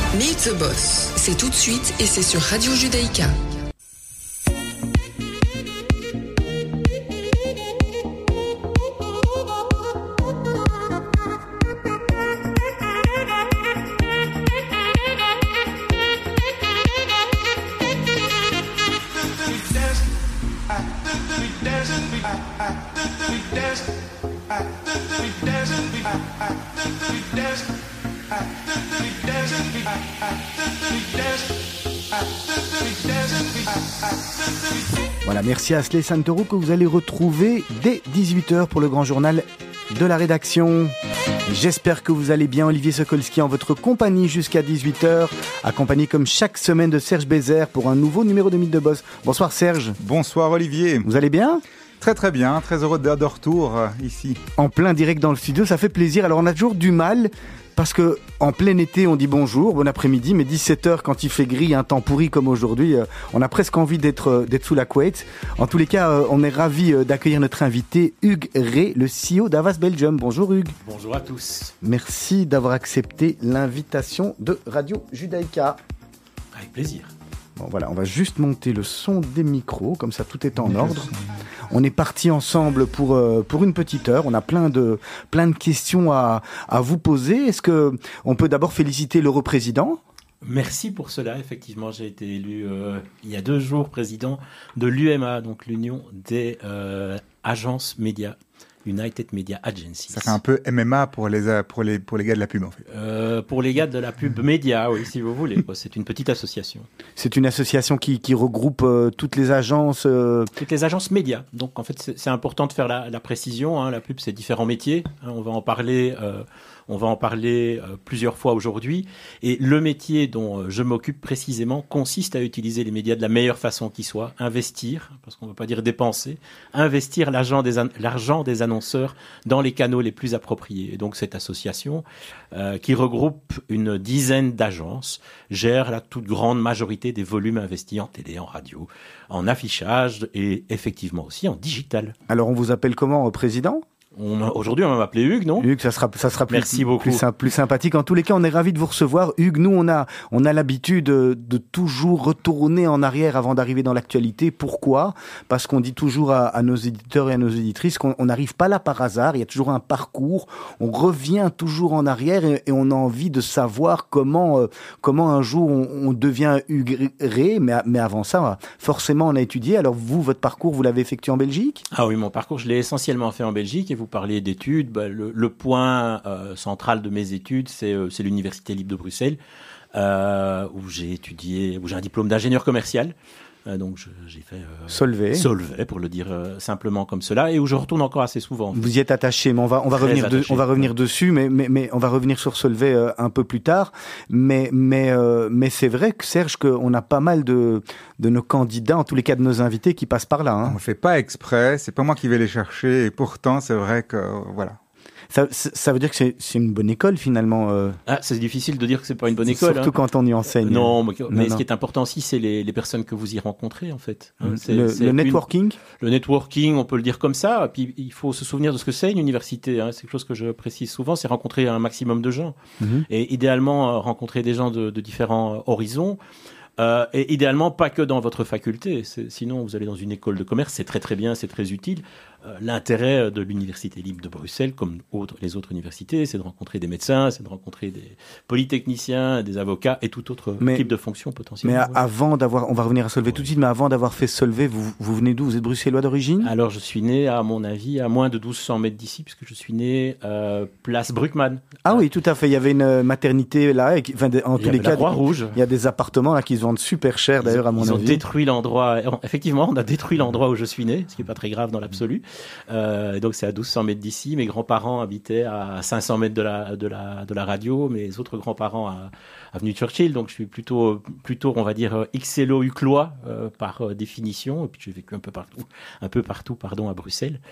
Meet the Boss, c'est tout de suite et c'est sur Radio Judaïka. Voilà, merci à Asley Santoro que vous allez retrouver dès 18h pour le grand journal de la rédaction. J'espère que vous allez bien, Olivier Sokolski en votre compagnie jusqu'à 18h, accompagné comme chaque semaine de Serge Bézère pour un nouveau numéro de Mythe de Boss. Bonsoir Serge. Bonsoir Olivier. Vous allez bien ? Très très bien, très heureux d'être de retour ici. En plein direct dans le studio, ça fait plaisir. Alors on a toujours du mal parce que en plein été on dit bonjour, bon après-midi, mais 17h quand il fait gris, un temps pourri comme aujourd'hui, on a presque envie d'être sous la couette. En tous les cas, on est ravis d'accueillir notre invité Hugues Rey, le CEO d'Havas Belgium. Bonjour Hugues. Bonjour à tous. Merci d'avoir accepté l'invitation de Radio Judaïka. Avec plaisir. Bon voilà, on va juste monter le son des micros, comme ça tout est en ordre. On est parti ensemble pour une petite heure. On a plein de questions à vous poser. Est-ce que on peut d'abord féliciter l'heureux président ? Merci pour cela. Effectivement, j'ai été élu il y a 2 jours président de l'UMA, donc l'Union des agences médias. United Media Agencies. Ça fait un peu MMA pour les gars de la pub en fait. Pour les gars de la pub média, oui, si vous voulez. C'est une petite association. C'est une association qui regroupe toutes les agences. Toutes les agences médias. Donc en fait, c'est important de faire la précision. Hein. La pub, c'est différents métiers. Hein. On va en parler. Plusieurs fois aujourd'hui. Et le métier dont je m'occupe précisément consiste à utiliser les médias de la meilleure façon qui soit, investir, parce qu'on ne veut pas dire dépenser, investir l'argent des annonceurs dans les canaux les plus appropriés. Et donc cette association, qui regroupe une dizaine d'agences, gère la toute grande majorité des volumes investis en télé, en radio, en affichage et effectivement aussi en digital. Alors on vous appelle comment, président ? Aujourd'hui, on va m'appeler Hugues, non ? Hugues, ça sera Merci beaucoup. Plus sympathique. En tous les cas, on est ravis de vous recevoir. Hugues, nous, on a l'habitude de toujours retourner en arrière avant d'arriver dans l'actualité. Pourquoi ? Parce qu'on dit toujours à nos éditeurs et à nos éditrices qu'on n'arrive pas là par hasard. Il y a toujours un parcours. On revient toujours en arrière et on a envie de savoir comment un jour on devient Hugues Rey. Mais avant ça, forcément, on a étudié. Alors vous, votre parcours, vous l'avez effectué en Belgique ? Ah oui, mon parcours, je l'ai essentiellement fait en Belgique. Et vous parliez d'études, le point central de mes études, c'est l'Université libre de Bruxelles, où j'ai un diplôme d'ingénieur commercial. Donc j'ai fait Solvay, pour le dire simplement comme cela, et où je retourne encore assez souvent. Vous y êtes attaché, mais on va revenir dessus, mais on va revenir sur Solvay un peu plus tard. Mais c'est vrai que Serge, qu'on a pas mal de nos candidats, en tous les cas de nos invités, qui passent par là. Hein. On ne fait pas exprès, c'est pas moi qui vais les chercher, et pourtant c'est vrai que voilà. Ça veut dire que c'est une bonne école finalement. C'est difficile de dire que c'est pas une bonne école. Surtout quand on y enseigne. Non, mais ce qui est important aussi, c'est les personnes que vous y rencontrez en fait. Le networking. Le networking, on peut le dire comme ça. Puis il faut se souvenir de ce que c'est une université. Hein. C'est quelque chose que je précise souvent, c'est rencontrer un maximum de gens. Et idéalement rencontrer des gens de différents horizons. Et idéalement pas que dans votre faculté. Sinon vous allez dans une école de commerce, c'est très très bien, c'est très utile. L'intérêt de l'Université libre de Bruxelles, comme les autres universités, c'est de rencontrer des médecins, c'est de rencontrer des polytechniciens, des avocats et tout autre type de fonction potentiellement. Mais avant d'avoir, on va revenir à Solvay tout de suite, mais avant d'avoir fait Solvay, vous venez d'où ? Vous êtes bruxellois d'origine ? Alors je suis né, à mon avis, à moins de 1200 mètres d'ici, puisque je suis né place Bruckmann. Ah oui, tout à fait. Il y avait une maternité là, en tous les cas, Croix-Rouge. Il y a des appartements là qui se vendent super cher d'ailleurs à mon avis. Ils ont détruit l'endroit. Effectivement, on a détruit l'endroit où je suis né, ce qui n'est pas très grave dans l'absolu. Donc c'est à 1200 mètres d'ici. Mes grands-parents habitaient à 500 mètres de la radio. Mes autres grands-parents à avenue Churchill. Donc je suis plutôt on va dire XLO-UCLois par définition. Et puis j'ai vécu un peu partout à Bruxelles.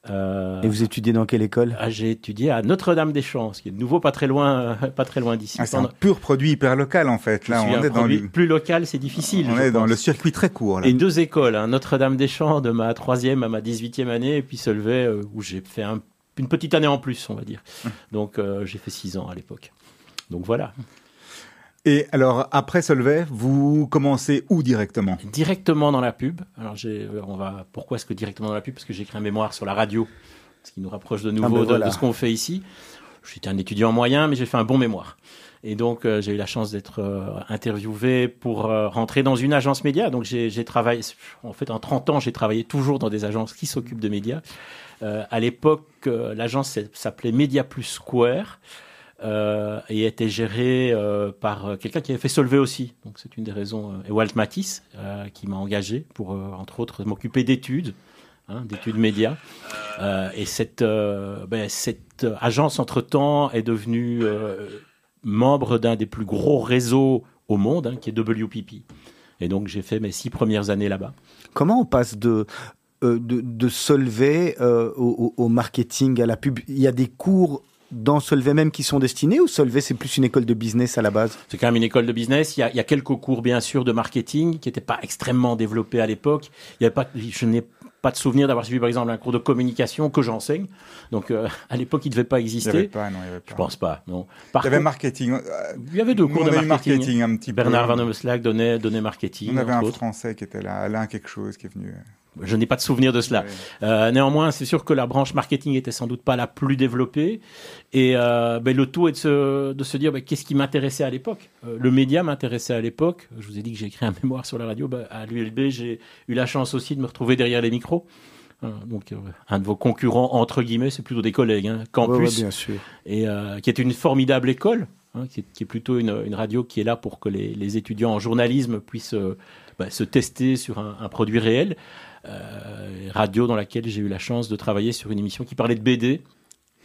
Et vous étudiez dans quelle école ? J'ai étudié à Notre-Dame-des-Champs, ce qui est de nouveau pas très loin d'ici. C'est un pur produit hyper local en fait. Là, on est dans plus local, c'est difficile. On est dans le circuit très court. Là. Et 2 écoles, Notre-Dame-des-Champs de ma 3e à ma 18e année, et puis Solvay où j'ai fait une petite année en plus, on va dire. Donc j'ai fait 6 ans à l'époque. Donc voilà. Et alors, après Solvay, vous commencez où directement ? Directement dans la pub. Alors, pourquoi est-ce que directement dans la pub ? Parce que j'ai écrit un mémoire sur la radio, ce qui nous rapproche de nouveau de ce qu'on fait ici. J'étais un étudiant moyen, mais j'ai fait un bon mémoire. Et donc, j'ai eu la chance d'être interviewé pour rentrer dans une agence média. Donc, j'ai travaillé, en fait, en 30 ans, j'ai travaillé toujours dans des agences qui s'occupent de médias. À l'époque, l'agence s'appelait Media Plus Square. Et était géré par quelqu'un qui avait fait Solvay aussi. Donc c'est une des raisons. Et Walt Matthis, qui m'a engagé pour, entre autres, m'occuper d'études médias. Et cette agence, entre-temps, est devenue membre d'un des plus gros réseaux au monde, qui est WPP. Et donc j'ai fait mes 6 premières années là-bas. Comment on passe de Solvay au marketing, à la pub ? Il y a des cours dans Solvay même qui sont destinés, ou Solvay c'est plus une école de business à la base ? C'est quand même une école de business. Il y a quelques cours bien sûr de marketing qui n'étaient pas extrêmement développés à l'époque. Je n'ai pas de souvenir d'avoir suivi par exemple un cours de communication que j'enseigne. Donc à l'époque il ne devait pas exister. Il n'y avait pas. Je pense pas. Non. Il y avait marketing. Il y avait 2 cours de marketing. Un petit Bernard peu. Van Omslag donnait marketing. On avait un Français qui était là, Alain quelque chose qui est venu. Je n'ai pas de souvenir de cela. Oui. Néanmoins, c'est sûr que la branche marketing était sans doute pas la plus développée. Et le tout est de se dire qu'est-ce qui m'intéressait à l'époque. Le média m'intéressait à l'époque. Je vous ai dit que j'ai écrit un mémoire sur la radio. À l'ULB, j'ai eu la chance aussi de me retrouver derrière les micros. Donc, un de vos concurrents, entre guillemets, c'est plutôt des collègues, Campus, ouais, bien sûr. Et qui est une formidable école, qui est plutôt une radio qui est là pour que les étudiants en journalisme puissent se tester sur un produit réel. Radio dans laquelle j'ai eu la chance de travailler sur une émission qui parlait de BD. Pourquoi ?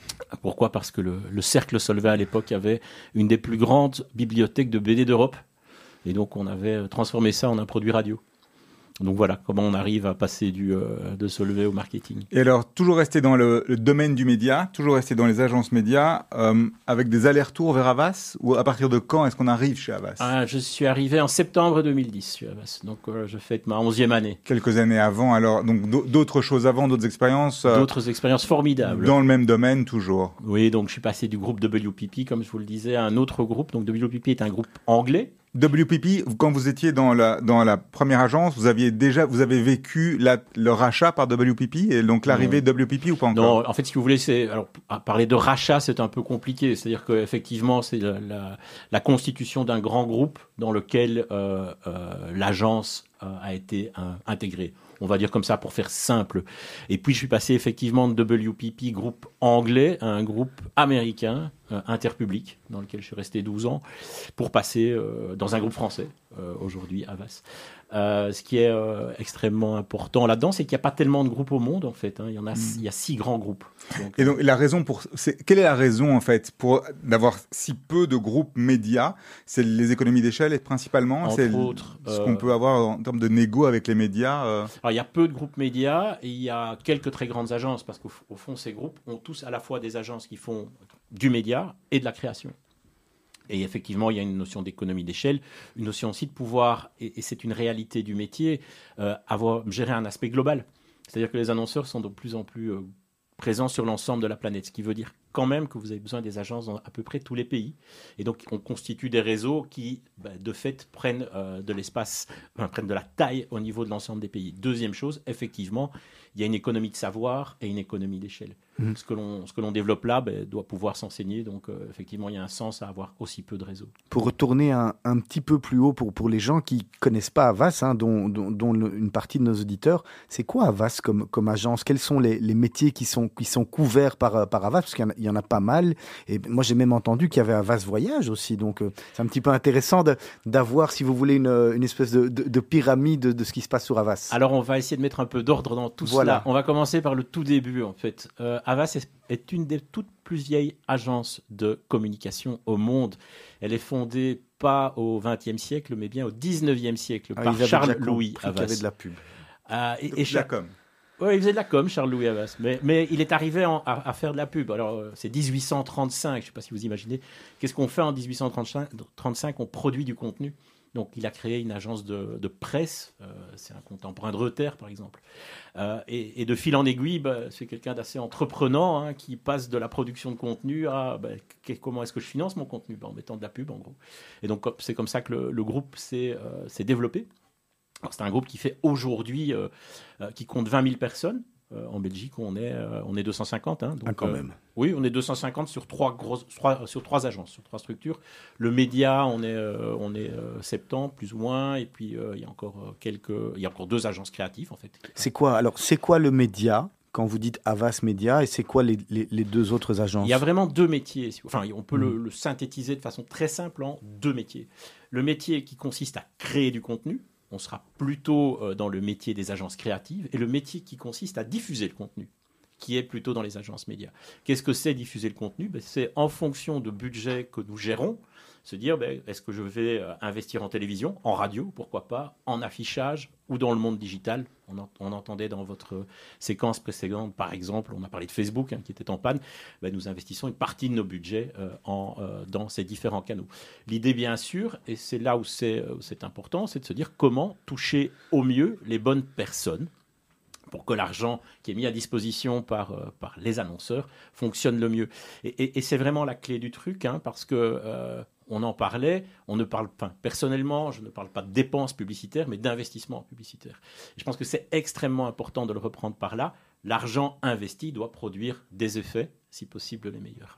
Parce que le Cercle Solvay à l'époque avait une des plus grandes bibliothèques de BD d'Europe. Et donc on avait transformé ça en un produit radio. Donc voilà comment on arrive à passer de Solvay au marketing. Et alors, toujours rester dans le domaine du média, toujours rester dans les agences médias, avec des allers-retours vers Havas, ou à partir de quand est-ce qu'on arrive chez Havas ? Je suis arrivé en septembre 2010 chez Havas, donc je fête ma 11e année. Quelques années avant, alors, donc d'autres choses avant, d'autres expériences D'autres expériences formidables. Dans le même domaine, toujours. Oui, donc je suis passé du groupe WPP, comme je vous le disais, à un autre groupe. Donc WPP est un groupe anglais. WPP, quand vous étiez dans la première agence, vous avez vécu le rachat par WPP et donc l'arrivée de WPP ou pas encore ? Non, en fait, si vous voulez, parler de rachat, c'est un peu compliqué. C'est-à-dire qu'effectivement, c'est la constitution d'un grand groupe dans lequel l'agence a été intégrée. On va dire comme ça pour faire simple. Et puis, je suis passé effectivement de WPP, groupe anglais, à un groupe américain, Interpublic, dans lequel je suis resté 12 ans, pour passer dans un groupe français, aujourd'hui, Havas. Ce qui est extrêmement important là-dedans, c'est qu'il n'y a pas tellement de groupes au monde, en fait. Il y a 6 grands groupes. Et donc, quelle est la raison, en fait, d'avoir si peu de groupes médias ? C'est les économies d'échelle, principalement ? Entre autres. Ce qu'on peut avoir en termes de négo avec les médias Alors, il y a peu de groupes médias et il y a quelques très grandes agences, parce qu'au fond, ces groupes ont tous à la fois des agences qui font du média et de la création. Et effectivement, il y a une notion d'économie d'échelle, une notion aussi de pouvoir, et c'est une réalité du métier, gérer un aspect global. C'est-à-dire que les annonceurs sont de plus en plus présents sur l'ensemble de la planète, ce qui veut dire quand même que vous avez besoin des agences dans à peu près tous les pays. Et donc, on constitue des réseaux qui, de fait, prennent de l'espace, prennent de la taille au niveau de l'ensemble des pays. Deuxième chose, effectivement, il y a une économie de savoir et une économie d'échelle. Ce que l'on développe là doit pouvoir s'enseigner. Donc, effectivement, il y a un sens à avoir aussi peu de réseaux. Pour retourner un petit peu plus haut pour les gens qui ne connaissent pas Havas, dont une partie de nos auditeurs, c'est quoi Havas comme agence ? Quels sont les métiers qui sont couverts par Havas ? Parce qu'il y en a pas mal. Et moi, j'ai même entendu qu'il y avait Havas Voyage aussi. Donc, c'est un petit peu intéressant d'avoir, si vous voulez, une espèce de pyramide de ce qui se passe sur Havas. Alors, on va essayer de mettre un peu d'ordre dans tout cela. On va commencer par le tout début, en fait. Havas est une des toutes plus vieilles agences de communication au monde. Elle est fondée pas au XXe siècle, mais bien au XIXe siècle par Charles-Louis Havas. Qui avait de la pub. De la com. Oui, il faisait de la com, Charles-Louis Havas. Mais il est arrivé à faire de la pub. Alors, c'est 1835, je ne sais pas si vous imaginez. Qu'est-ce qu'on fait en 1835 ? On produit du contenu. Donc, il a créé une agence de presse. C'est un contemporain de Reuters, par exemple. Et de fil en aiguille, c'est quelqu'un d'assez entreprenant qui passe de la production de contenu à comment est-ce que je finance mon contenu en mettant de la pub, en gros. Et donc, c'est comme ça que le groupe s'est développé. Alors, c'est un groupe qui fait aujourd'hui, qui compte 20 000 personnes. En Belgique, on est 250. Donc, quand même. Oui, on est 250 sur trois agences, sur 3 structures. Le média, on est 70 plus ou moins, et puis il y a encore 2 agences créatives en fait. C'est quoi le média quand vous dites Havas Média, et c'est quoi les 2 autres agences? Il y a vraiment 2 métiers. Enfin, on peut le synthétiser de façon très simple en 2 métiers. Le métier qui consiste à créer du contenu. On sera plutôt dans le métier des agences créatives, et le métier qui consiste à diffuser le contenu, qui est plutôt dans les agences médias. Qu'est-ce que c'est diffuser le contenu ? C'est en fonction de budget que nous gérons, se dire est-ce que je vais investir en télévision, en radio, pourquoi pas, en affichage ou dans le monde digital. On entendait dans votre séquence précédente, par exemple, on a parlé de Facebook qui était en panne. Nous investissons une partie de nos budgets dans ces différents canaux. L'idée, bien sûr, et c'est là où c'est important, c'est de se dire comment toucher au mieux les bonnes personnes pour que l'argent qui est mis à disposition par les annonceurs fonctionne le mieux. Et c'est vraiment la clé du truc, parce que on en parlait, personnellement, je ne parle pas de dépenses publicitaires, mais d'investissement publicitaire. Et je pense que c'est extrêmement important de le reprendre par là. L'argent investi doit produire des effets, si possible les meilleurs.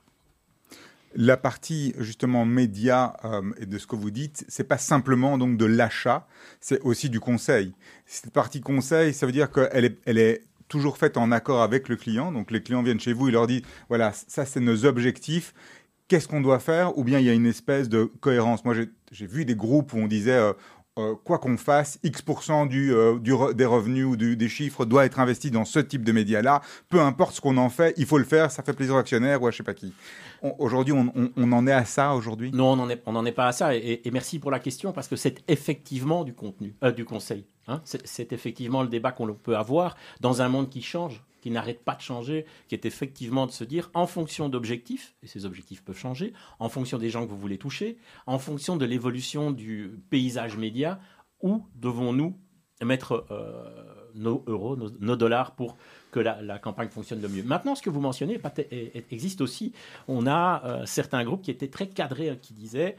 La partie justement média et de ce que vous dites, c'est pas simplement donc de l'achat, c'est aussi du conseil. Cette partie conseil, ça veut dire qu'elle est toujours faite en accord avec le client. Donc les clients viennent chez vous, ils leur disent voilà, ça c'est nos objectifs. Qu'est-ce qu'on doit faire? Ou bien il y a une espèce de cohérence. Moi, j'ai vu des groupes où on disait quoi qu'on fasse, X% des revenus ou des chiffres doit être investi dans ce type de médias-là. Peu importe ce qu'on en fait, il faut le faire, ça fait plaisir aux actionnaires ou à je ne sais pas qui. Aujourd'hui, on en est à ça aujourd'hui? Non, on n'en est pas à ça. Et merci pour la question, parce que c'est effectivement du conseil. C'est effectivement le débat qu'on peut avoir dans un monde qui change, qui n'arrête pas de changer, qui est effectivement de se dire, en fonction d'objectifs, et ces objectifs peuvent changer, en fonction des gens que vous voulez toucher, en fonction de l'évolution du paysage média, où devons-nous mettre nos euros, nos dollars pour que la campagne fonctionne le mieux. Maintenant, ce que vous mentionnez existe aussi. On a certains groupes qui étaient très cadrés, qui disaient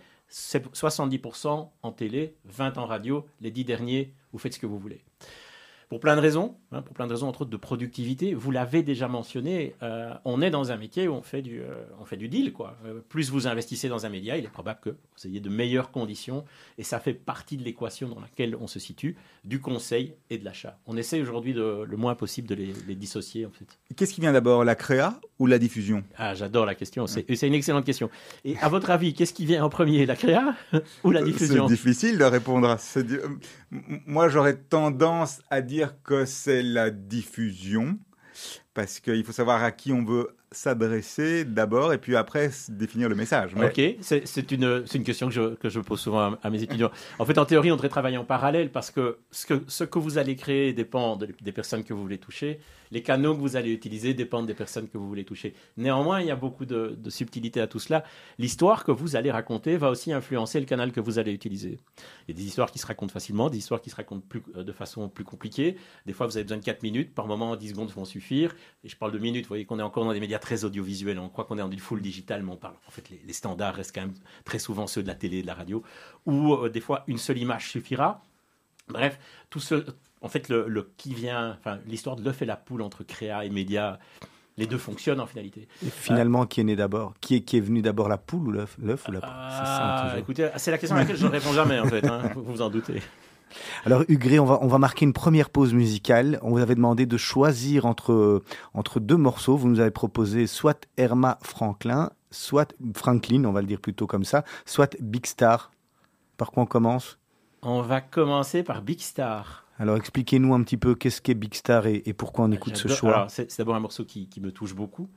70% en télé, 20% en radio, les 10 derniers, vous faites ce que vous voulez. Pour plein de raisons, entre autres de productivité. Vous l'avez déjà mentionné, on est dans un métier où on fait du deal, quoi. Plus vous investissez dans un média, il est probable que vous ayez de meilleures conditions, et ça fait partie de l'équation dans laquelle on se situe, du conseil et de l'achat. On essaie aujourd'hui le moins possible de les dissocier, en fait. Qu'est-ce qui vient d'abord, la créa ou la diffusion? J'adore la question, c'est une excellente question. Et à votre avis, qu'est-ce qui vient en premier, la créa ou la diffusion? C'est difficile de répondre à ça. Moi, j'aurais tendance à dire que c'est la diffusion, parce qu'il faut savoir à qui on veut s'adresser d'abord, et puis après définir le message. Mais... Ok, c'est une question que je pose souvent à mes étudiants. En fait, en théorie, on devrait travailler en parallèle, parce que ce que vous allez créer dépend des personnes que vous voulez toucher. Les canaux que vous allez utiliser dépendent des personnes que vous voulez toucher. Néanmoins, il y a beaucoup de subtilité à tout cela. L'histoire que vous allez raconter va aussi influencer le canal que vous allez utiliser. Il y a des histoires qui se racontent facilement, des histoires qui se racontent de façon plus compliquée. Des fois, vous avez besoin de 4 minutes. Par moment, 10 secondes vont suffire. Et je parle de minutes. Vous voyez qu'on est encore dans des médias très audiovisuels. On croit qu'on est dans du full digital, mais on parle. En fait, les standards restent quand même très souvent ceux de la télé et de la radio. Ou des fois, une seule image suffira. Bref, tout ce... En fait, l'histoire de l'œuf et la poule entre créa et média, les deux fonctionnent en finalité. Et finalement, qui est né d'abord? Qui est venu d'abord, la poule ou l'œuf ou la poule? Écoutez, c'est la question à laquelle je ne réponds jamais, en fait. Vous vous en doutez. Alors, Hugues, on va marquer une première pause musicale. On vous avait demandé de choisir entre 2 morceaux. Vous nous avez proposé soit Erma Franklin, soit Franklin, on va le dire plutôt comme ça, soit Big Star. Par quoi on commence? On va commencer par Big Star. Alors, expliquez-nous un petit peu qu'est-ce qu'est Big Star et pourquoi on écoute ce choix. Alors, c'est d'abord un morceau qui me touche beaucoup.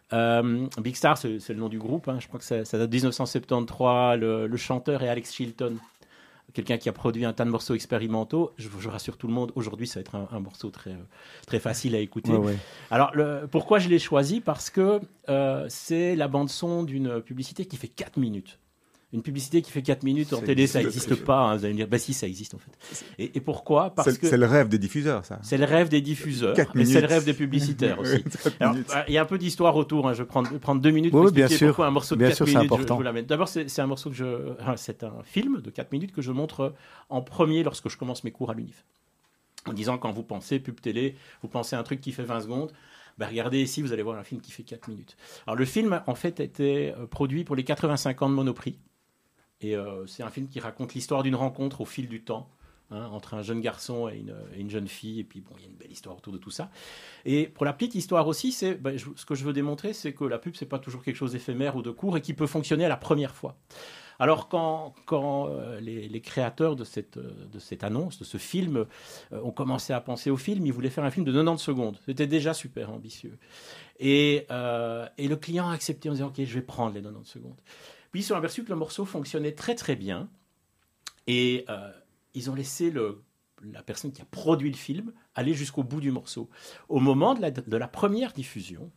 Big Star, c'est le nom du groupe. Je crois que ça date de 1973. Le chanteur est Alex Chilton, quelqu'un qui a produit un tas de morceaux expérimentaux. Je rassure tout le monde, aujourd'hui, ça va être un morceau très, très facile à écouter. Ouais. Alors, pourquoi je l'ai choisi? Parce que c'est la bande-son d'une publicité qui fait 4 minutes. Une publicité qui fait 4 minutes en télé, ça n'existe pas. Hein. Vous allez me dire, bah si, ça existe en fait. Et pourquoi ? Parce que c'est le rêve des diffuseurs, ça. C'est le rêve des diffuseurs, mais c'est le rêve des publicitaires aussi. Alors, il y a un peu d'histoire autour. Hein. Je vais prendre 2 minutes pour expliquer pourquoi un morceau de 4 minutes, je vous l'amène. D'abord, c'est un morceau c'est un film de 4 minutes que je montre en premier lorsque je commence mes cours à l'UNIF. En disant, quand vous pensez pub télé, vous pensez à un truc qui fait 20 secondes. Ben regardez ici, vous allez voir un film qui fait 4 minutes. Alors le film, en fait, était produit pour les 85 ans de Monoprix. Et c'est un film qui raconte l'histoire d'une rencontre au fil du temps, hein, entre un jeune garçon et une jeune fille. Et puis, bon, il y a une belle histoire autour de tout ça. Et pour la petite histoire aussi, ce que je veux démontrer, c'est que la pub, c'est pas toujours quelque chose d'éphémère ou de court et qui peut fonctionner à la première fois. Alors, quand les créateurs de cette annonce, de ce film, ont commencé à penser au film, ils voulaient faire un film de 90 secondes. C'était déjà super ambitieux. Et le client a accepté en disant « Ok, je vais prendre les 90 secondes ». Puis, ils se sont aperçus que le morceau fonctionnait très, très bien. Et ils ont laissé la personne qui a produit le film aller jusqu'au bout du morceau. Au moment de la première diffusion,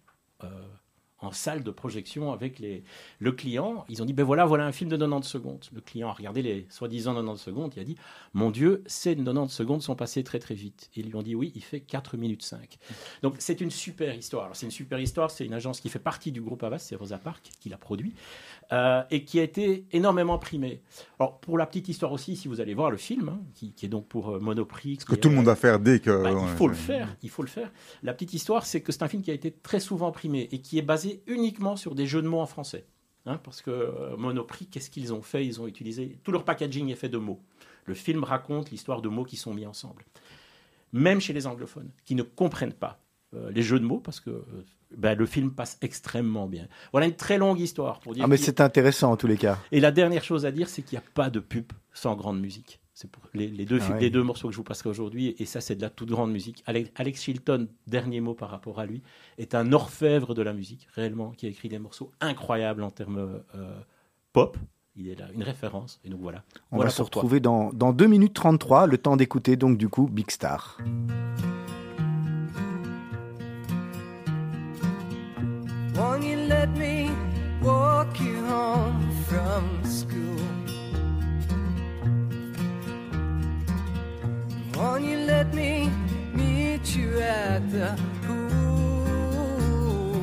en salle de projection avec le client, ils ont dit ben voilà un film de 90 secondes. Le client a regardé les soi-disant 90 secondes, il a dit mon Dieu, ces 90 secondes sont passées très très vite. Et ils lui ont dit oui, il fait 4 minutes 5. Donc c'est une super histoire. Alors c'est une super histoire, c'est une agence qui fait partie du groupe Havas, c'est Rosa Parks qui l'a produit et qui a été énormément primée. Alors pour la petite histoire aussi, si vous allez voir le film, hein, qui est donc pour Monoprix. Ce que tout le monde va faire dès que... il faut le faire. La petite histoire, c'est que c'est un film qui a été très souvent primé et qui est basé uniquement sur des jeux de mots en français. Hein, parce que Monoprix, qu'est-ce qu'ils ont fait ? Ils ont utilisé... Tout leur packaging est fait de mots. Le film raconte l'histoire de mots qui sont mis ensemble. Même chez les anglophones, qui ne comprennent pas les jeux de mots, parce que le film passe extrêmement bien. Voilà une très longue histoire. Pour dire mais c'est intéressant en tous les cas. Et la dernière chose à dire, c'est qu'il n'y a pas de pub sans grande musique. C'est pour les deux morceaux que je vous passerai aujourd'hui, et ça c'est de la toute grande musique. Alex Chilton, dernier mot par rapport à lui, est un orfèvre de la musique, réellement, qui a écrit des morceaux incroyables en termes pop. Il est là, une référence, et donc voilà. On va se retrouver dans 2 minutes 33, le temps d'écouter donc du coup Big Star. Won't you let me walk you home from school? Won't you let me meet you at the pool?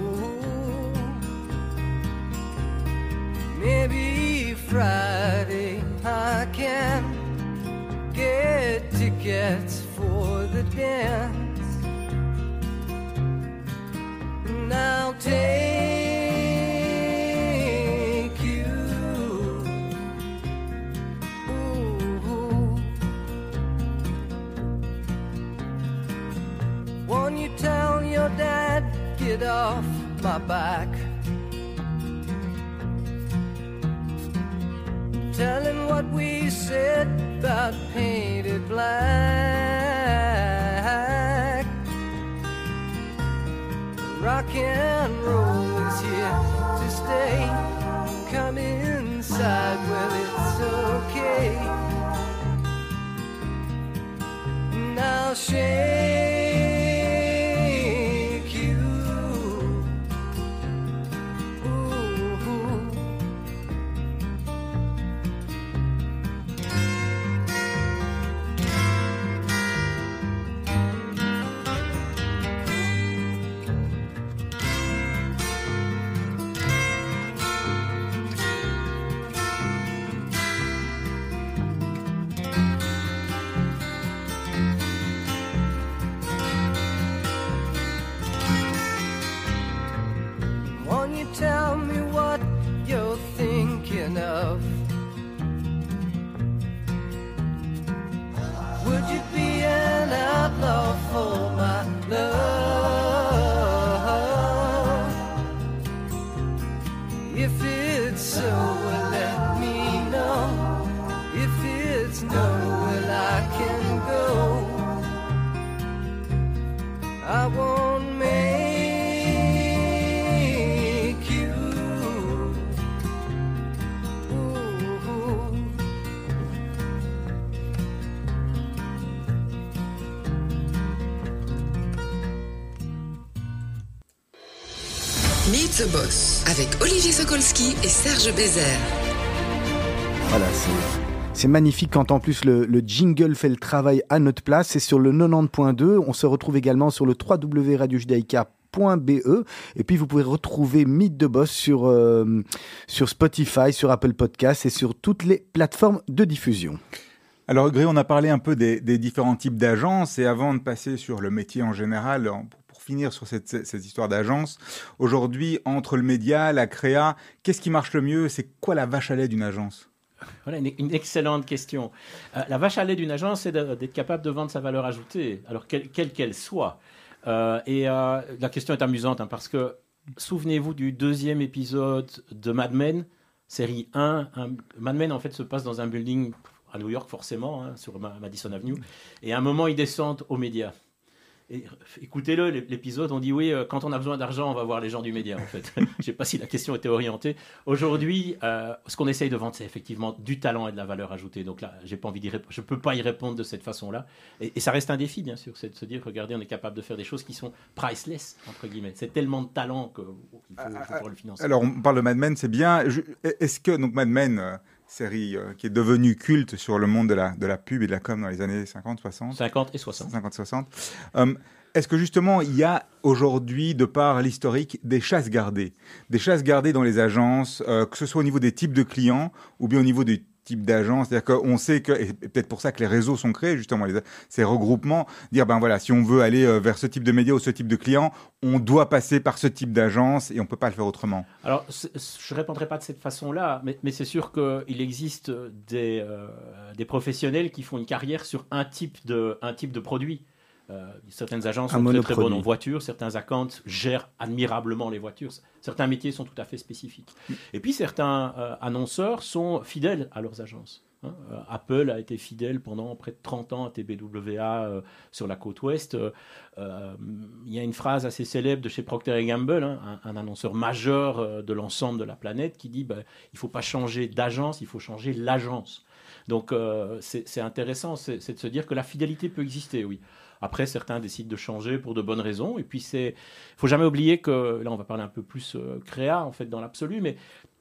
Maybe Friday I can get tickets for the dance. And I'll take you. Ooh. Won't you tell your dad, get off my back? Tell him what we said about painted black. Rock and roll is here to stay. Come inside, well it's okay. And I'll shake you. Ooh. Tell me what you're thinking of. Would you be an outlaw for my love? If it's so, well, let me know. If it's no, well, I can go. I won't make Meet the Boss avec Olivier Sokolski et Serge Bézère. Voilà, c'est magnifique quand en plus le jingle fait le travail à notre place. C'est sur le 90.2. On se retrouve également sur le www.radiojudaïka.be et puis vous pouvez retrouver Mythe de Boss sur Spotify, sur Apple Podcasts et sur toutes les plateformes de diffusion. Alors Gré, on a parlé un peu des différents types d'agences et avant de passer sur le métier en général, pour finir sur cette histoire d'agence, aujourd'hui entre le média, la créa, qu'est-ce qui marche le mieux? C'est quoi la vache à lait d'une agence? Voilà une excellente question. La vache à lait d'une agence, c'est d'être capable de vendre sa valeur ajoutée, alors quelle qu'elle soit. La question est amusante parce que souvenez-vous du 2e épisode de Mad Men, série 1. Mad Men en fait se passe dans un building à New York forcément, sur Madison Avenue, et à un moment ils descendent aux médias. Et écoutez-le, l'épisode, on dit oui, quand on a besoin d'argent, on va voir les gens du média, en fait. Je ne sais pas si la question était orientée. Aujourd'hui, ce qu'on essaye de vendre, c'est effectivement du talent et de la valeur ajoutée. Donc là, je ne peux pas y répondre de cette façon-là. Et ça reste un défi, bien sûr, c'est de se dire, regardez, on est capable de faire des choses qui sont priceless, entre guillemets. C'est tellement de talent qu'il faut pouvoir le financer. Alors, on parle de Mad Men, c'est bien. Est-ce que, donc, Mad Men... série qui est devenue culte sur le monde de la pub et de la com dans les années 50-60. 50 et 60. 50-60. Est-ce que justement, il y a aujourd'hui, de par l'historique, des chasses gardées dans les agences, que ce soit au niveau des types de clients ou bien au niveau des type d'agence, c'est-à-dire qu'on sait que, et peut-être pour ça que les réseaux sont créés, justement, ces regroupements, dire, ben voilà, si on veut aller vers ce type de médias ou ce type de clients, on doit passer par ce type d'agence et on ne peut pas le faire autrement. Alors, je ne répondrai pas de cette façon-là, mais c'est sûr qu'il existe des professionnels qui font une carrière sur un type de produit. Certaines agences sont très bonnes en voiture, certains accounts gèrent admirablement les voitures. Certains métiers sont tout à fait spécifiques. Et puis certains annonceurs sont fidèles à leurs agences. Apple a été fidèle pendant près de 30 ans à TBWA sur la côte ouest. Il y a une phrase assez célèbre de chez Procter & Gamble, un annonceur majeur de l'ensemble de la planète, qui dit il ne faut pas changer d'agence, il faut changer l'agence. Donc c'est intéressant, c'est de se dire que la fidélité peut exister, oui. Après, certains décident de changer pour de bonnes raisons. Et puis, il ne faut jamais oublier que, là, on va parler un peu plus créa, en fait, dans l'absolu, mais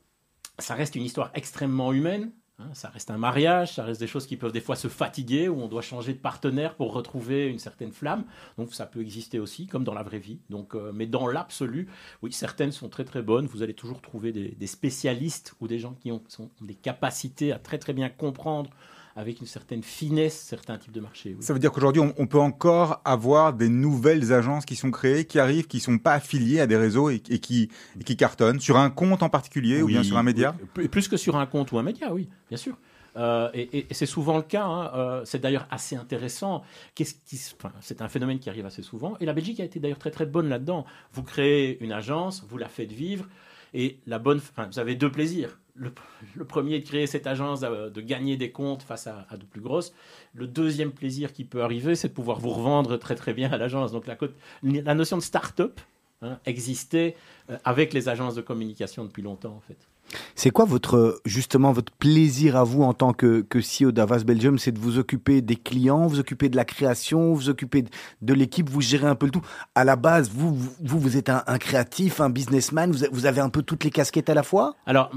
ça reste une histoire extrêmement humaine. Ça reste un mariage, ça reste des choses qui peuvent des fois se fatiguer, où on doit changer de partenaire pour retrouver une certaine flamme. Donc, ça peut exister aussi, comme dans la vraie vie. Donc, mais dans l'absolu, oui, certaines sont très, très bonnes. Vous allez toujours trouver des spécialistes ou des gens qui ont des capacités à très, très bien comprendre avec une certaine finesse certains types de marchés. Oui. Ça veut dire qu'aujourd'hui, on peut encore avoir des nouvelles agences qui sont créées, qui arrivent, qui ne sont pas affiliées à des réseaux et qui cartonnent, sur un compte en particulier ou bien sur un média? Oui. Plus que sur un compte ou un média, oui, bien sûr. Et c'est souvent le cas. C'est d'ailleurs assez intéressant. C'est un phénomène qui arrive assez souvent. Et la Belgique a été d'ailleurs très très bonne là-dedans. Vous créez une agence, vous la faites vivre. Et vous avez deux plaisirs. Le premier est de créer cette agence, de gagner des comptes face à de plus grosses. Le deuxième plaisir qui peut arriver, c'est de pouvoir vous revendre très très bien à l'agence. Donc la notion de start-up existait avec les agences de communication depuis longtemps en fait. C'est quoi votre plaisir à vous en tant que CEO d'Avas Belgium? C'est de vous occuper des clients, vous occuper de la création, vous occuper de l'équipe, vous gérez un peu le tout. À la base, vous êtes un créatif, un businessman, vous avez un peu toutes les casquettes à la fois? Alors,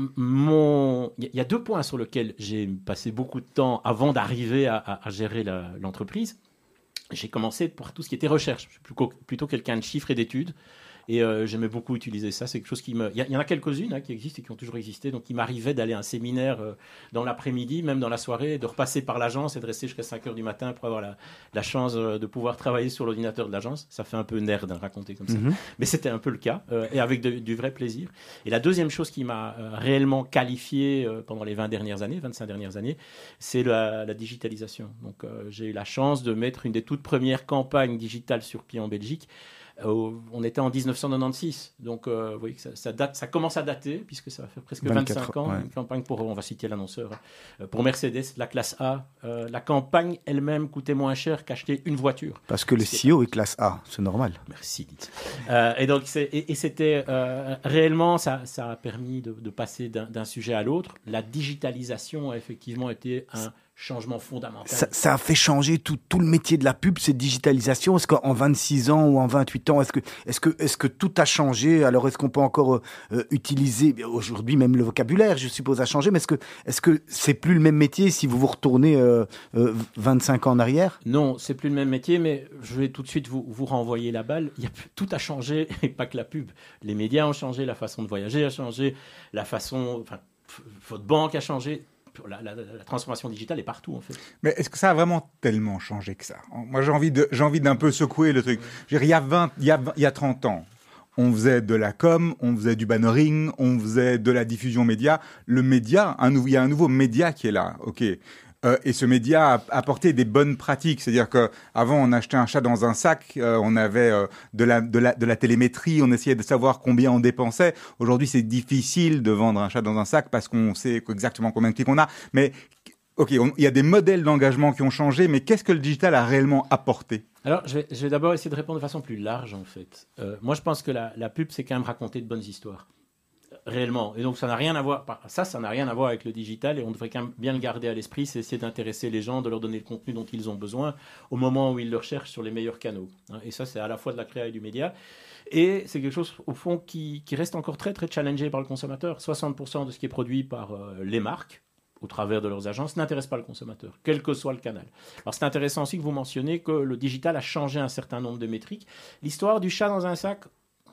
il y a 2 points sur lesquels j'ai passé beaucoup de temps avant d'arriver à gérer l'entreprise. J'ai commencé par tout ce qui était recherche. Je suis plutôt quelqu'un de chiffres et d'études. Et j'aimais beaucoup utiliser ça. C'est quelque chose qui il y en a quelques-unes qui existent et qui ont toujours existé. Donc, il m'arrivait d'aller à un séminaire dans l'après-midi, même dans la soirée, de repasser par l'agence et de rester jusqu'à 5h du matin pour avoir la chance de pouvoir travailler sur l'ordinateur de l'agence. Ça fait un peu nerd de raconter comme ça. Mais c'était un peu le cas et avec du vrai plaisir. Et la deuxième chose qui m'a réellement qualifié pendant les 25 dernières années, c'est la digitalisation. Donc, j'ai eu la chance de mettre une des toutes premières campagnes digitales sur pied en Belgique. On était en 1996, donc vous voyez que ça commence à dater, puisque ça va faire presque 25 ans. Ouais. Une campagne on va citer l'annonceur, pour Mercedes, la classe A. La campagne elle-même coûtait moins cher qu'acheter une voiture. Parce que le CEO est classe A, c'est normal. Merci. Et donc, c'était réellement, ça a permis de passer d'un sujet à l'autre. La digitalisation a effectivement été un changement fondamental. Ça a fait changer tout le métier de la pub, cette digitalisation. Est-ce qu'en 26 ans ou en 28 ans, est-ce que tout a changé? Alors, est-ce qu'on peut encore utiliser, aujourd'hui, même le vocabulaire, je suppose, a changé, mais est-ce que c'est plus le même métier si vous vous retournez 25 ans en arrière? Non, c'est plus le même métier, mais je vais tout de suite vous renvoyer la balle. Tout a changé, et pas que la pub. Les médias ont changé, la façon de voyager a changé, la façon... Enfin, votre banque a changé. La transformation digitale est partout, en fait. Mais est-ce que ça a vraiment tellement changé que ça? Moi, j'ai envie d'un peu secouer le truc. Je veux dire, il y a 30 ans, on faisait de la com, on faisait du bannering, on faisait de la diffusion média. Le média, il y a un nouveau média qui est là, ok. Et ce média a apporté des bonnes pratiques. C'est-à-dire qu'avant, on achetait un chat dans un sac, on avait de la télémétrie, on essayait de savoir combien on dépensait. Aujourd'hui, c'est difficile de vendre un chat dans un sac parce qu'on sait exactement combien de clics on a. Mais, ok, il y a des modèles d'engagement qui ont changé, mais qu'est-ce que le digital a réellement apporté? Alors, je vais d'abord essayer de répondre de façon plus large, en fait. Moi, je pense que la pub, c'est quand même raconter de bonnes histoires. Réellement. Et donc, ça n'a rien à voir avec le digital, et on devrait quand même bien le garder à l'esprit, c'est essayer d'intéresser les gens, de leur donner le contenu dont ils ont besoin au moment où ils le recherchent sur les meilleurs canaux. Et ça, c'est à la fois de la créa et du média. Et c'est quelque chose, au fond, qui reste encore très, très challengé par le consommateur. 60% de ce qui est produit par les marques, au travers de leurs agences, n'intéresse pas le consommateur, quel que soit le canal. Alors, c'est intéressant aussi que vous mentionniez que le digital a changé un certain nombre de métriques. L'histoire du chat dans un sac,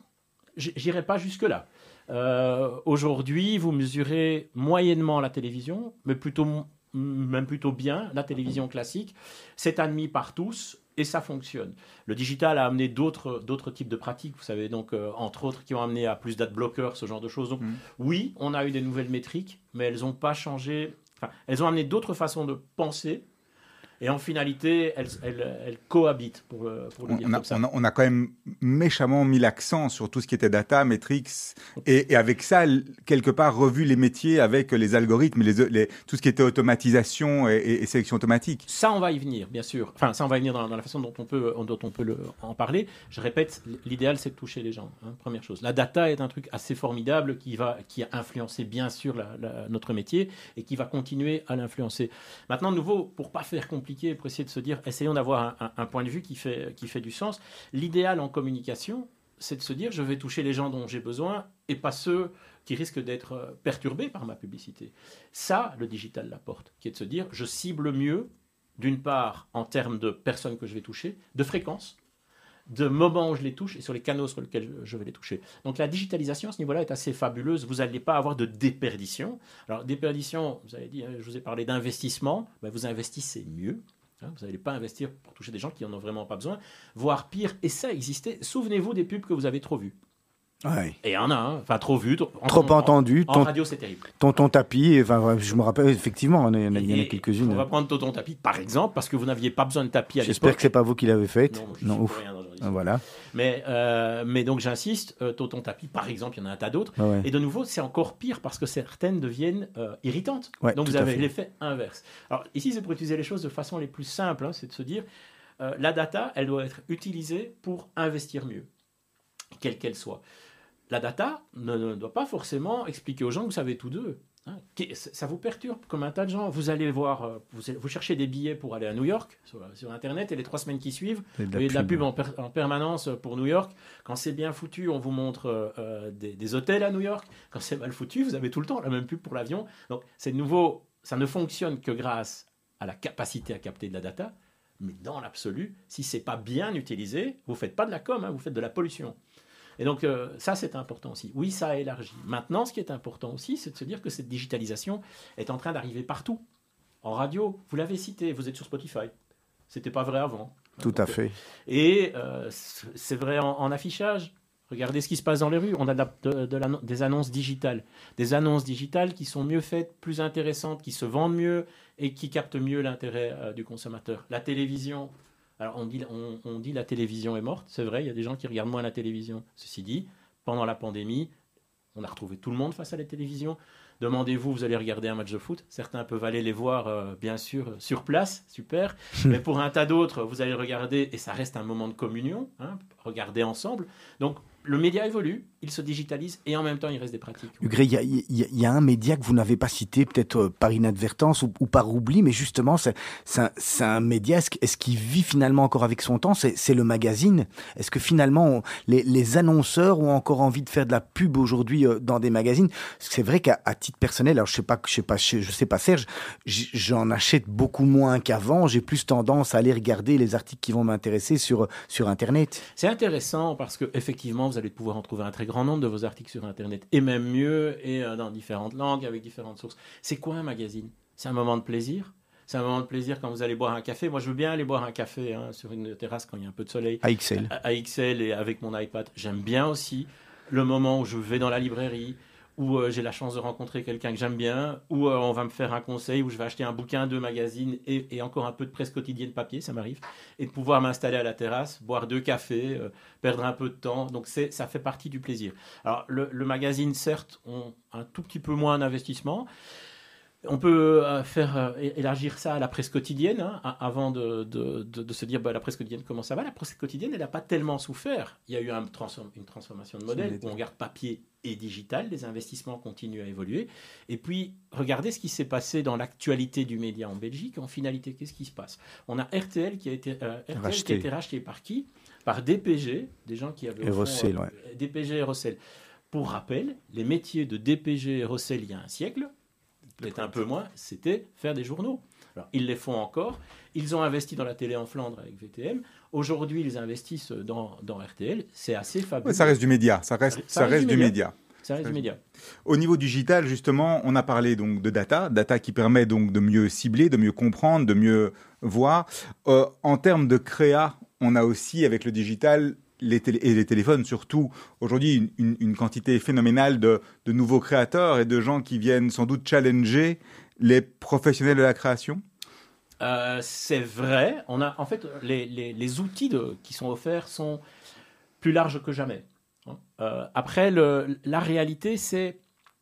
j'irai pas jusque-là. Aujourd'hui, vous mesurez moyennement la télévision, mais même plutôt bien la télévision classique. C'est admis par tous et ça fonctionne. Le digital a amené d'autres types de pratiques, vous savez, donc entre autres qui ont amené à plus d'adblockers, ce genre de choses. Donc oui, on a eu des nouvelles métriques, mais elles n'ont pas changé. Enfin, elles ont amené d'autres façons de penser. Et en finalité, elles cohabitent, pour le dire comme ça. On a quand même méchamment mis l'accent sur tout ce qui était data, metrics, et avec ça, quelque part, revu les métiers avec les algorithmes, tout ce qui était automatisation et sélection automatique. Ça, on va y venir, bien sûr. Enfin, ça, on va y venir dans la façon dont on peut en parler. Je répète, l'idéal, c'est de toucher les gens, première chose. La data est un truc assez formidable qui a influencé, bien sûr, notre métier et qui va continuer à l'influencer. Maintenant, de nouveau, pour ne pas faire compliqué, pour essayer de se dire, essayons d'avoir un point de vue qui fait du sens. L'idéal en communication, c'est de se dire, je vais toucher les gens dont j'ai besoin et pas ceux qui risquent d'être perturbés par ma publicité. Ça, le digital l'apporte, qui est de se dire, je cible mieux, d'une part, en termes de personnes que je vais toucher, de fréquence, de moments où je les touche et sur les canaux sur lesquels je vais les toucher. Donc la digitalisation à ce niveau-là est assez fabuleuse. Vous n'allez pas avoir de déperdition. Alors déperdition, vous avez dit, je vous ai parlé d'investissement, vous investissez mieux. Vous n'allez pas investir pour toucher des gens qui n'en ont vraiment pas besoin. Voire pire, et ça existait, souvenez-vous des pubs que vous avez trop vues. Ouais. Et il y en a, enfin trop vu, trop entendu. En radio, c'est terrible. Tonton Tapis, enfin, je me rappelle effectivement, il y en a quelques-unes. On va prendre Tonton Tapis, par exemple, parce que vous n'aviez pas besoin de tapis à l'époque. J'espère que c'est pas vous qui l'avez faite. Non, ouf. Rien dans voilà. Mais donc j'insiste, Tonton Tapis, par exemple, il y en a un tas d'autres. Ouais. Et de nouveau, c'est encore pire parce que certaines deviennent irritantes. Ouais, donc vous avez l'effet inverse. Alors ici, c'est pour utiliser les choses de façon les plus simple, c'est de se dire, la data, elle doit être utilisée pour investir mieux, quelle qu'elle soit. La data ne doit pas forcément expliquer aux gens que vous savez tout d'eux. Ça vous perturbe comme un tas de gens. Vous allez voir, vous cherchez des billets pour aller à New York sur Internet et les 3 semaines qui suivent, vous avez de la pub en permanence pour New York. Quand c'est bien foutu, on vous montre des hôtels à New York. Quand c'est mal foutu, vous avez tout le temps la même pub pour l'avion. Donc c'est nouveau, ça ne fonctionne que grâce à la capacité à capter de la data. Mais dans l'absolu, si c'est pas bien utilisé, vous faites pas de la com, vous faites de la pollution. Et donc, ça, c'est important aussi. Oui, ça a élargi. Maintenant, ce qui est important aussi, c'est de se dire que cette digitalisation est en train d'arriver partout. En radio, vous l'avez cité, vous êtes sur Spotify. C'était pas vrai avant. Tout à fait. Et c'est vrai en affichage. Regardez ce qui se passe dans les rues. On a des annonces digitales. Des annonces digitales qui sont mieux faites, plus intéressantes, qui se vendent mieux et qui captent mieux l'intérêt du consommateur. La télévision... Alors, on dit la télévision est morte, c'est vrai, il y a des gens qui regardent moins la télévision. Ceci dit, pendant la pandémie, on a retrouvé tout le monde face à la télévision. Demandez-vous, vous allez regarder un match de foot. Certains peuvent aller les voir, bien sûr, sur place, super. Mais pour un tas d'autres, vous allez regarder, et ça reste un moment de communion, regarder ensemble. Donc, le média évolue, il se digitalise et en même temps il reste des pratiques. Hugues, il y a un média que vous n'avez pas cité, peut-être par inadvertance ou par oubli, mais justement, c'est un média. Est-ce qu'il vit finalement encore avec son temps? C'est le magazine. Est-ce que finalement, les annonceurs ont encore envie de faire de la pub aujourd'hui dans des magazines? C'est vrai qu'à titre personnel, alors je sais pas Serge, j'en achète beaucoup moins qu'avant. J'ai plus tendance à aller regarder les articles qui vont m'intéresser sur Internet. C'est intéressant parce que effectivement, vous allez pouvoir en trouver un très grand nombre de vos articles sur Internet, et même mieux, et dans différentes langues, avec différentes sources. C'est quoi un magazine? C'est un moment de plaisir. C'est un moment de plaisir quand vous allez boire un café. Moi, je veux bien aller boire un café sur une terrasse quand il y a un peu de soleil. À XL. À XL et avec mon iPad. J'aime bien aussi le moment où je vais dans la librairie, où j'ai la chance de rencontrer quelqu'un que j'aime bien, où on va me faire un conseil, où je vais acheter un bouquin, 2 magazines et encore un peu de presse quotidienne papier, ça m'arrive, et de pouvoir m'installer à la terrasse, boire 2 cafés, perdre un peu de temps. Donc ça fait partie du plaisir. Alors le magazine, certes, ont un tout petit peu moins d'investissement. On peut élargir ça à la presse quotidienne, avant de se dire la presse quotidienne, comment ça va? La presse quotidienne, elle n'a pas tellement souffert. Il y a eu une transformation de modèle où on garde papier et digital, les investissements continuent à évoluer. Et puis, regardez ce qui s'est passé dans l'actualité du média en Belgique. En finalité, qu'est-ce qui se passe? On a RTL qui a été racheté par qui? Par DPG, des gens qui avaient DPG et Rossel. Pour rappel, les métiers de DPG et Rossel il y a un siècle, peut-être un peu moins, c'était faire des journaux. Alors, ils les font encore. Ils ont investi dans la télé en Flandre avec VTM. Aujourd'hui, ils investissent dans RTL. C'est assez fabuleux. Ouais, ça reste du média. Ça reste du média. Ça reste du média. Au niveau digital, justement, on a parlé donc de data qui permet donc de mieux cibler, de mieux comprendre, de mieux voir. En termes de créa, on a aussi avec le digital et les téléphones surtout, aujourd'hui, une quantité phénoménale de nouveaux créateurs et de gens qui viennent sans doute challenger les professionnels de la création. C'est vrai. On a, en fait, les outils qui sont offerts sont plus larges que jamais. Après, la réalité, c'est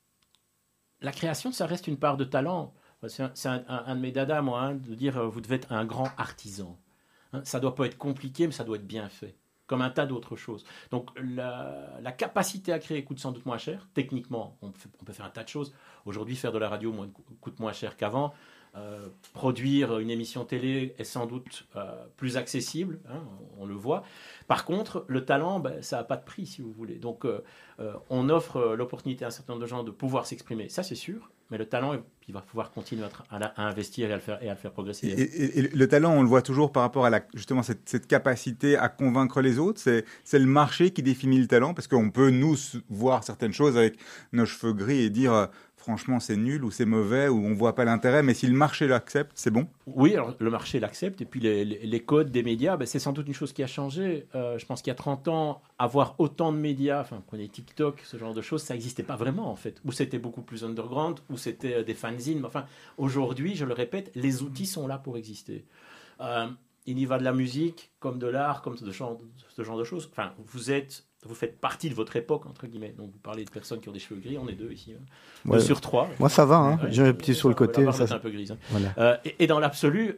la création, ça reste une part de talent. C'est un de mes dadas, moi, de dire vous devez être un grand artisan. Ça ne doit pas être compliqué, mais ça doit être bien fait, comme un tas d'autres choses. Donc la capacité à créer coûte sans doute moins cher. Techniquement, on peut faire un tas de choses. Aujourd'hui, faire de la radio coûte moins cher qu'avant. Produire une émission télé est sans doute plus accessible, on le voit. Par contre, le talent, ça n'a pas de prix, si vous voulez. Donc, on offre l'opportunité à un certain nombre de gens de pouvoir s'exprimer, ça c'est sûr. Mais le talent, il va pouvoir continuer à investir et à le faire progresser. Et le talent, on le voit toujours par rapport à justement cette capacité à convaincre les autres. C'est le marché qui définit le talent, parce qu'on peut, nous, voir certaines choses avec nos cheveux gris et dire franchement, c'est nul ou c'est mauvais ou on ne voit pas l'intérêt. Mais si le marché l'accepte, c'est bon. Oui, alors le marché l'accepte. Et puis les codes des médias, c'est sans doute une chose qui a changé. Je pense qu'il y a 30 ans, avoir autant de médias, prenez TikTok, ce genre de choses, ça n'existait pas vraiment en fait. Ou c'était beaucoup plus underground, ou c'était des fanzines. Enfin, aujourd'hui, je le répète, les outils sont là pour exister. Il y va de la musique, comme de l'art, comme ce genre de choses. Enfin, vous faites partie de votre époque, entre guillemets. Donc, vous parlez de personnes qui ont des cheveux gris, on est 2 ici. 2 sur 3. Moi, ça va, j'ai un petit sur le côté. Ça, c'est un peu grise. Voilà. Et dans l'absolu,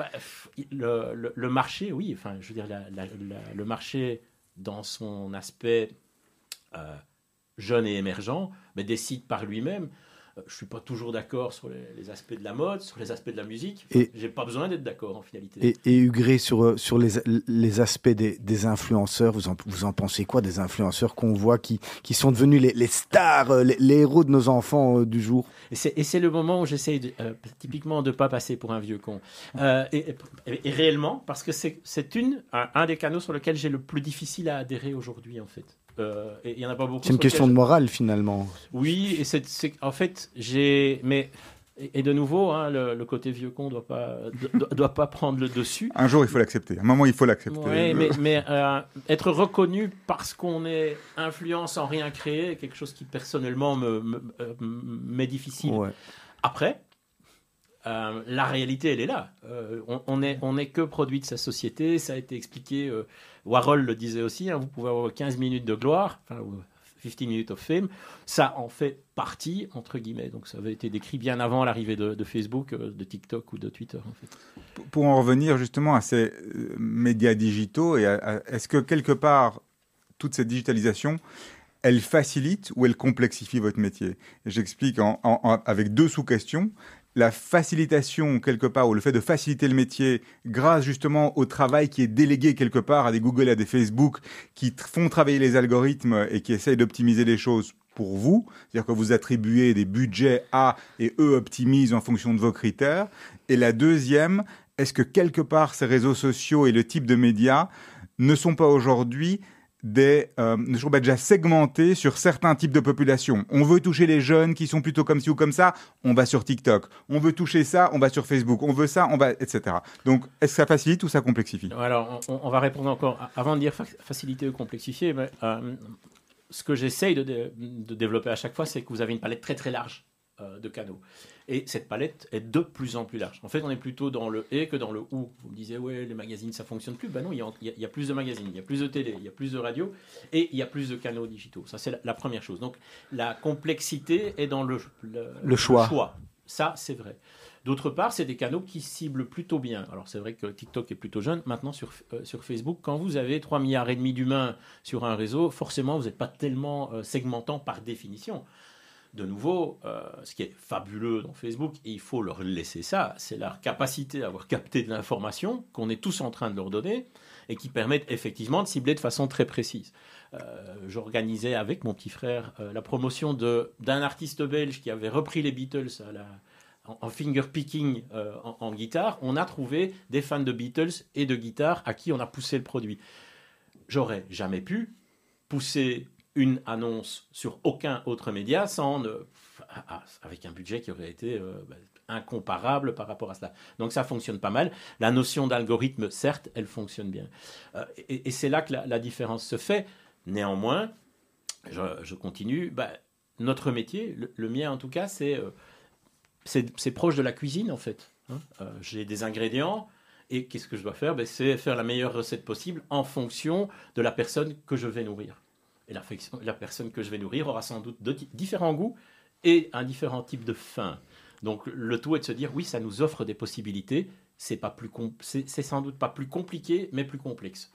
le marché, oui, je veux dire, le marché, dans son aspect jeune et émergent, décide par lui-même. Je ne suis pas toujours d'accord sur les aspects de la mode, sur les aspects de la musique. Je n'ai pas besoin d'être d'accord, en finalité. Et Hugues, sur les aspects des influenceurs, vous en pensez quoi des influenceurs qu'on voit qui sont devenus les stars, les héros de nos enfants du jour? Et c'est le moment où j'essaye typiquement de ne pas passer pour un vieux con. Et réellement, parce que c'est un des canaux sur lesquels j'ai le plus difficile à adhérer aujourd'hui, en fait. Et il y en a pas beaucoup. C'est une question de morale finalement. Oui, et en fait et de nouveau, le côté vieux con doit pas prendre le dessus. Un jour, il faut l'accepter. À un moment, il faut l'accepter. Ouais, mais être reconnu parce qu'on est influent sans rien créer est quelque chose qui personnellement m'est difficile. Ouais. Après. La réalité, elle est là. On est que produit de sa société. Ça a été expliqué. Warhol le disait aussi. Vous pouvez avoir 15 minutes de gloire, 15 minutes of fame. Ça en fait partie, entre guillemets. Donc ça avait été décrit bien avant l'arrivée de Facebook, de TikTok ou de Twitter. En fait. Pour en revenir justement à ces médias digitaux, est-ce que quelque part toute cette digitalisation, elle facilite ou elle complexifie votre métier? Et j'explique avec 2 sous-questions. La facilitation, quelque part, ou le fait de faciliter le métier grâce justement au travail qui est délégué quelque part à des Google et à des Facebook qui font travailler les algorithmes et qui essayent d'optimiser les choses pour vous, c'est-à-dire que vous attribuez des budgets à et eux optimisent en fonction de vos critères. Et la deuxième, est-ce que quelque part ces réseaux sociaux et le type de médias ne sont pas aujourd'hui ne sont pas déjà segmentés sur certains types de populations? On veut toucher les jeunes qui sont plutôt comme ci ou comme ça, on va sur TikTok. On veut toucher ça, on va sur Facebook. On veut ça, on va, etc. Donc, est-ce que ça facilite ou ça complexifie? Alors, on va répondre encore, avant de dire faciliter ou complexifier, mais, ce que j'essaye de développer à chaque fois, c'est que vous avez une palette très très large de canaux. Et cette palette est de plus en plus large. En fait, on est plutôt dans le « et » que dans le « ou ». Vous me disiez, ouais, les magazines, ça ne fonctionne plus. Ben non, il y a plus de magazines, il y a plus de télé, il y a plus de radio et il y a plus de canaux digitaux. Ça, c'est la première chose. Donc, la complexité est dans le choix. Ça, c'est vrai. D'autre part, c'est des canaux qui ciblent plutôt bien. Alors, c'est vrai que TikTok est plutôt jeune. Maintenant, sur Facebook, quand vous avez 3,5 milliards d'humains sur un réseau, forcément, vous n'êtes pas tellement segmentant par définition. De nouveau, ce qui est fabuleux dans Facebook, et il faut leur laisser ça, c'est leur capacité à avoir capté de l'information qu'on est tous en train de leur donner et qui permettent effectivement de cibler de façon très précise. J'organisais avec mon petit frère la promotion d'un artiste belge qui avait repris les Beatles en finger picking en guitare. On a trouvé des fans de Beatles et de guitare à qui on a poussé le produit. J'aurais jamais pu pousser une annonce sur aucun autre média avec un budget qui aurait été incomparable par rapport à cela. Donc ça fonctionne pas mal. La notion d'algorithme, certes, elle fonctionne bien. Et c'est là que la différence se fait. Néanmoins, je continue, notre métier, le mien en tout cas, c'est proche de la cuisine en fait. J'ai des ingrédients. Et qu'est-ce que je dois faire? C'est faire la meilleure recette possible en fonction de la personne que je vais nourrir. Et la personne que je vais nourrir aura sans doute différents goûts et un différent type de faim. Donc le tout est de se dire, oui, ça nous offre des possibilités. C'est sans doute pas plus compliqué, mais plus complexe.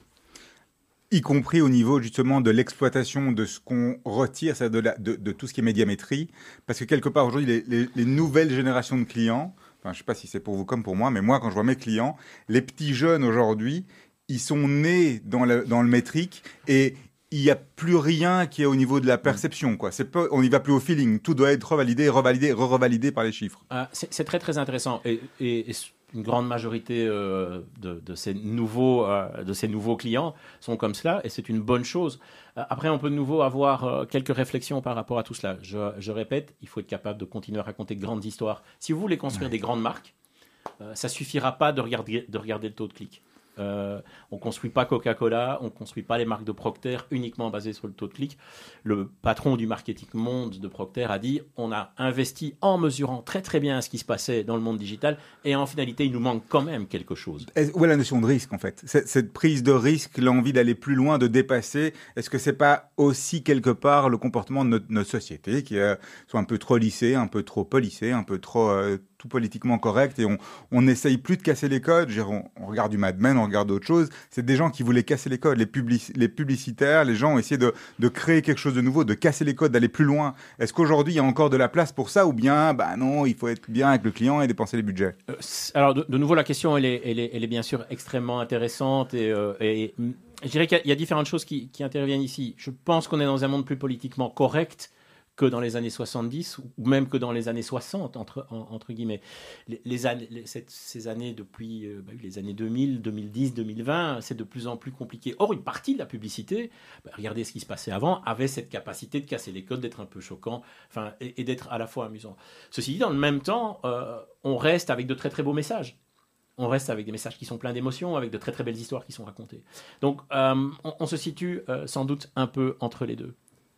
Y compris au niveau justement de l'exploitation de ce qu'on retire, c'est-à-dire de tout ce qui est médiamétrie. Parce que quelque part aujourd'hui, les nouvelles générations de clients, enfin, je ne sais pas si c'est pour vous comme pour moi, mais moi quand je vois mes clients, les petits jeunes aujourd'hui, ils sont nés dans le métrique et il n'y a plus rien qui est au niveau de la perception, quoi. On n'y va plus au feeling. Tout doit être revalidé, revalidé, re-revalidé par les chiffres. C'est très, très intéressant. Et une grande majorité de ces nouveaux clients sont comme cela, et c'est une bonne chose. Après, on peut de nouveau avoir quelques réflexions par rapport à tout cela. Je répète, il faut être capable de continuer à raconter de grandes histoires. Si vous voulez construire des grandes marques, ça ne suffira pas de regarder le taux de clic. On ne construit pas Coca-Cola, on ne construit pas les marques de Procter uniquement basées sur le taux de clic. Le patron du marketing monde de Procter a dit on a investi en mesurant très très bien ce qui se passait dans le monde digital et en finalité il nous manque quand même quelque chose. Où est la notion de risque en fait? Cette prise de risque, l'envie d'aller plus loin, de dépasser, est-ce que c'est pas aussi quelque part le comportement de notre société qui soit un peu trop lissé, un peu trop polissé, un peu trop tout politiquement correct et on n'essaye plus de casser les codes. On regarde du Mad Men, on regarde d'autres choses. C'est des gens qui voulaient casser les codes. Les publicitaires, les gens ont essayé de créer quelque chose de nouveau, de casser les codes, d'aller plus loin. Est-ce qu'aujourd'hui, il y a encore de la place pour ça ou bien, non, il faut être bien avec le client et dépenser les budgets? Alors, de nouveau, la question, elle est bien sûr extrêmement intéressante et je dirais qu'il y a différentes choses qui interviennent ici. Je pense qu'on est dans un monde plus politiquement correct que dans les années 70 ou même que dans les années 60, entre guillemets. Ces années depuis les années 2000, 2010, 2020, c'est de plus en plus compliqué. Or, une partie de la publicité, regardez ce qui se passait avant, avait cette capacité de casser les codes, d'être un peu choquant et d'être à la fois amusant. Ceci dit, dans le même temps, on reste avec de très très beaux messages. On reste avec des messages qui sont pleins d'émotions, avec de très très belles histoires qui sont racontées. Donc, on se situe sans doute un peu entre les deux.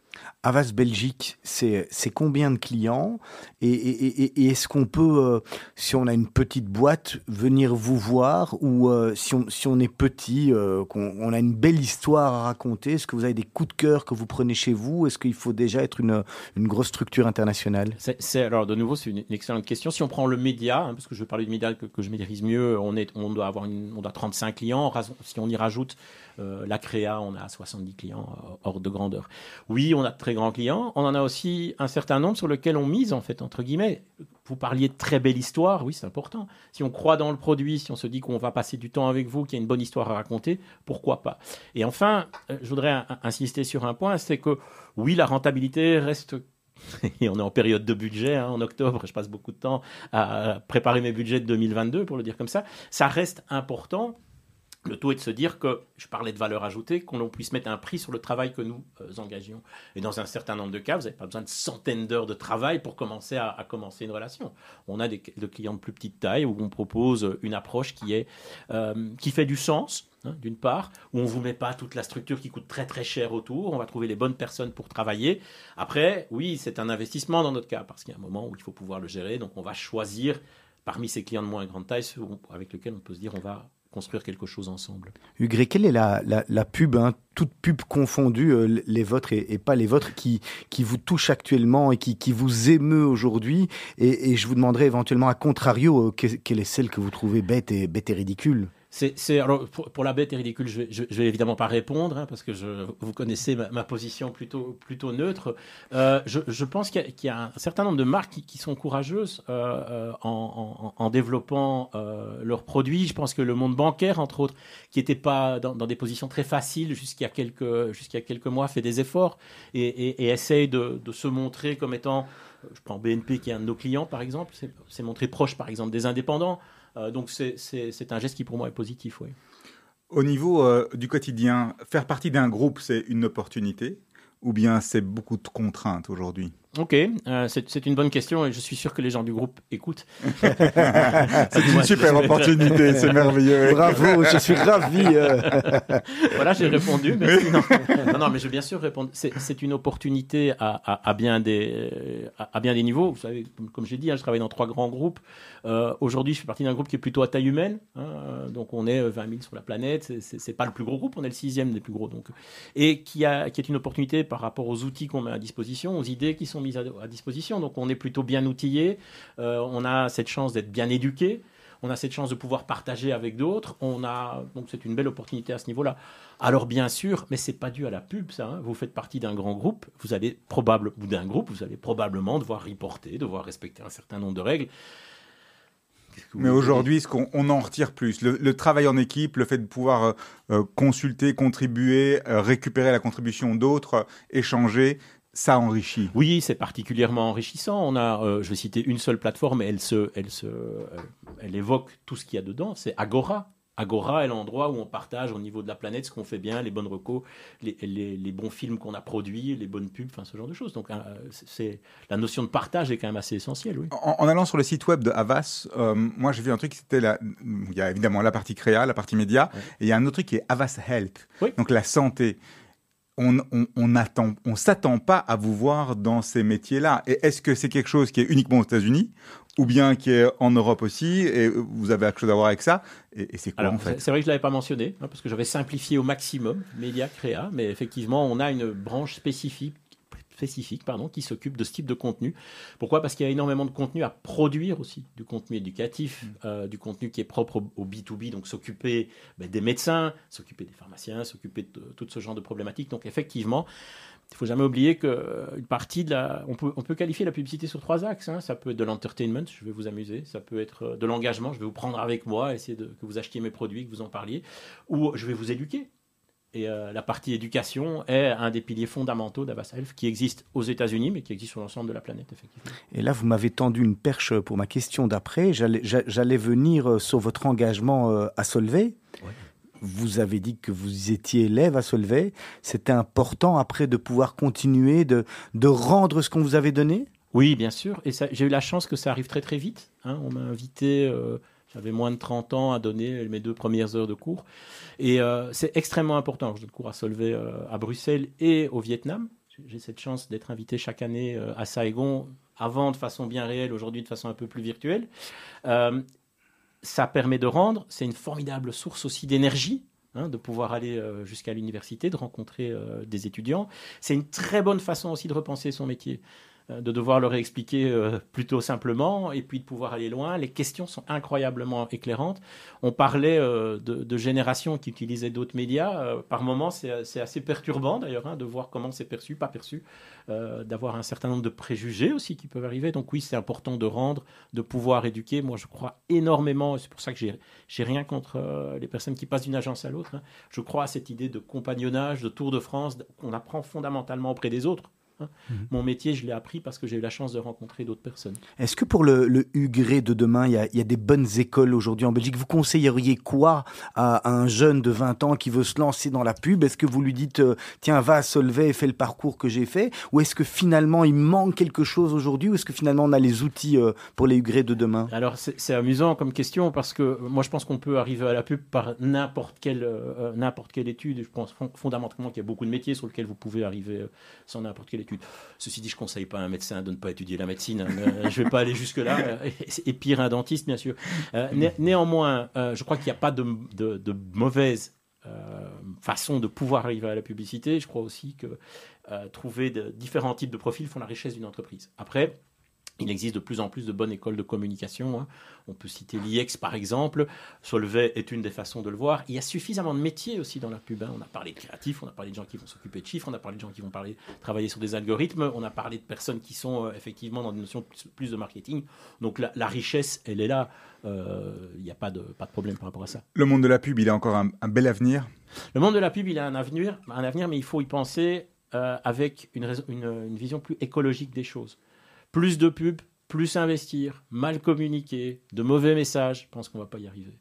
Havas Belgique, c'est combien de clients et est-ce qu'on peut, si on a une petite boîte, venir vous voir ou si on est petit, qu'on a une belle histoire à raconter, est-ce que vous avez des coups de cœur que vous prenez chez vous? Est-ce qu'il faut déjà être une grosse structure internationale? Alors, de nouveau, c'est une excellente question. Si on prend le média, parce que je veux parler du média que je maîtrise mieux, on doit 35 clients. Si on y rajoute la créa, on a 70 clients hors de grandeur. Oui, on a de très grands clients. On en a aussi un certain nombre sur lesquels on mise, en fait, entre guillemets. Vous parliez de très belle histoire, oui, c'est important. Si on croit dans le produit, si on se dit qu'on va passer du temps avec vous, qu'il y a une bonne histoire à raconter, pourquoi pas? Et enfin, je voudrais insister sur un point, c'est que oui, la rentabilité reste... Et on est en période de budget, en octobre, je passe beaucoup de temps à préparer mes budgets de 2022, pour le dire comme ça. Ça reste important. Le tout est de se dire que, je parlais de valeur ajoutée, qu'on puisse mettre un prix sur le travail que nous engagions. Et dans un certain nombre de cas, vous n'avez pas besoin de centaines d'heures de travail pour commencer à commencer une relation. On a des clients de plus petite taille où on propose une approche qui fait du sens, d'une part, où on ne vous met pas toute la structure qui coûte très très cher autour, on va trouver les bonnes personnes pour travailler. Après, oui, c'est un investissement dans notre cas, parce qu'il y a un moment où il faut pouvoir le gérer, donc on va choisir parmi ces clients de moins grande taille ceux avec lesquels on peut se dire on va construire quelque chose ensemble. Hugues, quelle est la pub, toute pub confondue, les vôtres et pas les vôtres, qui vous touche actuellement et qui vous émeut aujourd'hui, et je vous demanderai éventuellement à contrario, quelle est celle que vous trouvez bête et ridicule? Alors, pour la bête et ridicule, je vais évidemment pas répondre, parce que vous connaissez ma position plutôt neutre. Je pense qu'il y a un certain nombre de marques qui sont courageuses en développant leurs produits. Je pense que le monde bancaire, entre autres, qui n'était pas dans des positions très faciles jusqu'à quelques mois, fait des efforts et essaye de se montrer comme étant... Je prends BNP qui est un de nos clients, par exemple, c'est montré proche, par exemple, des indépendants. Donc c'est un geste qui pour moi est positif, oui. Au niveau du quotidien, faire partie d'un groupe, c'est une opportunité ou bien c'est beaucoup de contraintes aujourd'hui? Ok, c'est une bonne question et je suis sûr que les gens du groupe écoutent. C'est une super opportunité, c'est merveilleux. Bravo, je suis ravi. Voilà, j'ai répondu. Merci. Non, mais je vais bien sûr répondre. C'est une opportunité à bien des niveaux. Vous savez, comme j'ai dit, je travaille dans 3 grands groupes. Aujourd'hui, je fais partie d'un groupe qui est plutôt à taille humaine. Donc, on est 20 000 sur la planète. C'est pas le plus gros groupe, on est le 6e des plus gros. Donc, et qui est une opportunité par rapport aux outils qu'on met à disposition, aux idées qui sont mises à disposition. Donc on est plutôt bien outillé, on a cette chance d'être bien éduqué, on a cette chance de pouvoir partager avec d'autres, donc c'est une belle opportunité à ce niveau-là. Alors bien sûr, mais c'est pas dû à la pub, ça. Vous faites partie d'un grand groupe, vous allez probablement devoir reporter, devoir respecter un certain nombre de règles. Mais aujourd'hui, on en retire plus. Le travail en équipe, le fait de pouvoir consulter, contribuer, récupérer la contribution d'autres, échanger, ça enrichit. Oui, c'est particulièrement enrichissant. On a, je vais citer une seule plateforme, elle évoque tout ce qu'il y a dedans. C'est Agora. Agora est l'endroit où on partage au niveau de la planète ce qu'on fait bien, les bonnes recos, les bons films qu'on a produits, les bonnes pubs, enfin ce genre de choses. Donc la notion de partage est quand même assez essentielle. Oui. En allant sur le site web de Havas, moi j'ai vu un truc, il y a évidemment la partie créa, la partie média, et il y a un autre truc qui est Havas Health, donc la santé. On s'attend pas à vous voir dans ces métiers-là. Et est-ce que c'est quelque chose qui est uniquement aux États-Unis ou bien qui est en Europe aussi et vous avez quelque chose à voir avec ça? Et c'est quoi en fait? C'est vrai que je l'avais pas mentionné parce que j'avais simplifié au maximum média créa, mais effectivement on a une branche spécifique qui s'occupe de ce type de contenu. Pourquoi? Parce qu'il y a énormément de contenu à produire aussi, du contenu éducatif, du contenu qui est propre au B2B, donc s'occuper des médecins, s'occuper des pharmaciens, s'occuper de tout ce genre de problématiques. Donc effectivement, il ne faut jamais oublier qu'une partie on peut qualifier la publicité sur 3 axes. Ça peut être de l'entertainment, je vais vous amuser. Ça peut être de l'engagement, je vais vous prendre avec moi, essayer que vous achetiez mes produits, que vous en parliez. Ou je vais vous éduquer. Et la partie éducation est un des piliers fondamentaux d'Havas Health qui existe aux États-Unis, mais qui existe sur l'ensemble de la planète, effectivement. Et là, vous m'avez tendu une perche pour ma question d'après. J'allais venir sur votre engagement à Solvay. Ouais. Vous avez dit que vous étiez élève à Solvay. C'était important après de pouvoir continuer, de rendre ce qu'on vous avait donné? Oui, bien sûr. Et j'ai eu la chance que ça arrive très très vite. On m'a invité... J'avais moins de 30 ans à donner mes 2 premières heures de cours. Et c'est extrêmement important. Je donne cours à Solvay à Bruxelles et au Vietnam. j'ai cette chance d'être invité chaque année à Saigon, avant de façon bien réelle, aujourd'hui de façon un peu plus virtuelle. Ça permet de rendre, c'est une formidable source aussi d'énergie, de pouvoir aller jusqu'à l'université, de rencontrer des étudiants. C'est une très bonne façon aussi de repenser son métier, de devoir leur expliquer plutôt simplement et puis de pouvoir aller loin. Les questions sont incroyablement éclairantes. On parlait de générations qui utilisaient d'autres médias. Par moments, c'est assez perturbant d'ailleurs de voir comment c'est perçu, pas perçu, d'avoir un certain nombre de préjugés aussi qui peuvent arriver. Donc oui, c'est important de rendre, de pouvoir éduquer. Moi, je crois énormément, et c'est pour ça que j'ai rien contre les personnes qui passent d'une agence à l'autre. Je crois à cette idée de compagnonnage, de Tour de France, qu'on apprend fondamentalement auprès des autres. Mon métier, je l'ai appris parce que j'ai eu la chance de rencontrer d'autres personnes. Est-ce que pour le Hugueret de demain, il y a des bonnes écoles aujourd'hui en Belgique? Vous conseilleriez quoi à un jeune de 20 ans qui veut se lancer dans la pub? Est-ce que vous lui dites tiens, va à Solvay et fais le parcours que j'ai fait? Ou est-ce que finalement il manque quelque chose aujourd'hui? Ou est-ce que finalement on a les outils pour les Huguerets de demain? Alors c'est amusant comme question parce que moi je pense qu'on peut arriver à la pub par n'importe quelle étude. Je pense fondamentalement qu'il y a beaucoup de métiers sur lesquels vous pouvez arriver sans n'importe quelle étude. Ceci dit, je ne conseille pas à un médecin de ne pas étudier la médecine. Je ne vais pas aller jusque-là. Et pire, un dentiste, bien sûr. Néanmoins, je crois qu'il n'y a pas de mauvaise façon de pouvoir arriver à la publicité. Je crois aussi que trouver différents types de profils font la richesse d'une entreprise. Après, il existe de plus en plus de bonnes écoles de communication. On peut citer l'IEX par exemple. Solvay est une des façons de le voir. Il y a suffisamment de métiers aussi dans la pub. On a parlé de créatifs, on a parlé de gens qui vont s'occuper de chiffres, on a parlé de gens qui vont travailler sur des algorithmes, on a parlé de personnes qui sont effectivement dans des notions plus de marketing. Donc la richesse, elle est là. Il n'y a pas de problème par rapport à ça. Le monde de la pub, il a encore un bel avenir. Le monde de la pub, il a un avenir, mais il faut y penser avec une vision plus écologique des choses. Plus de pubs, plus investir, mal communiquer, de mauvais messages, je pense qu'on ne va pas y arriver.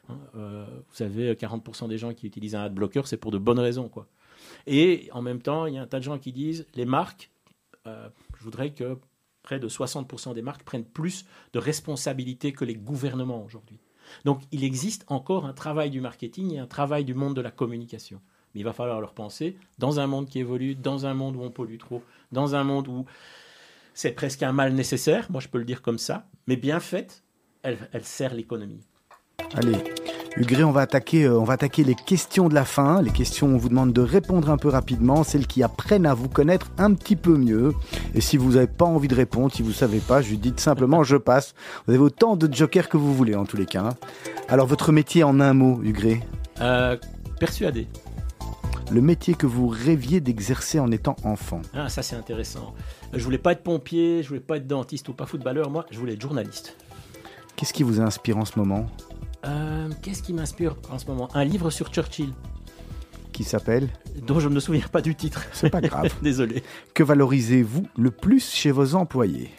Vous savez, 40% des gens qui utilisent un adblocker, c'est pour de bonnes raisons, quoi. Et en même temps, il y a un tas de gens qui disent, les marques, je voudrais que près de 60% des marques prennent plus de responsabilités que les gouvernements aujourd'hui. Donc, il existe encore un travail du marketing et un travail du monde de la communication. Mais il va falloir leur penser dans un monde qui évolue, dans un monde où on pollue trop, dans un monde où c'est presque un mal nécessaire, moi je peux le dire comme ça, mais bien faite, elle sert l'économie. Allez, Hugueret, on va attaquer les questions de la fin. Les questions, on vous demande de répondre un peu rapidement, celles qui apprennent à vous connaître un petit peu mieux. Et si vous n'avez pas envie de répondre, si vous ne savez pas, je lui dis simplement je passe. Vous avez autant de jokers que vous voulez en tous les cas. Alors votre métier en un mot, Hugueret? Persuadé. Le métier que vous rêviez d'exercer en étant enfant? Ah, ça c'est intéressant. Je voulais pas être pompier, je voulais pas être dentiste ou pas footballeur, moi je voulais être journaliste. Qu'est-ce qui vous inspire en ce moment? Qu'est-ce qui m'inspire en ce moment? Un livre sur Churchill. Qui s'appelle? Dont je ne me souviens pas du titre. C'est pas grave. Désolé. Que valorisez-vous le plus chez vos employés?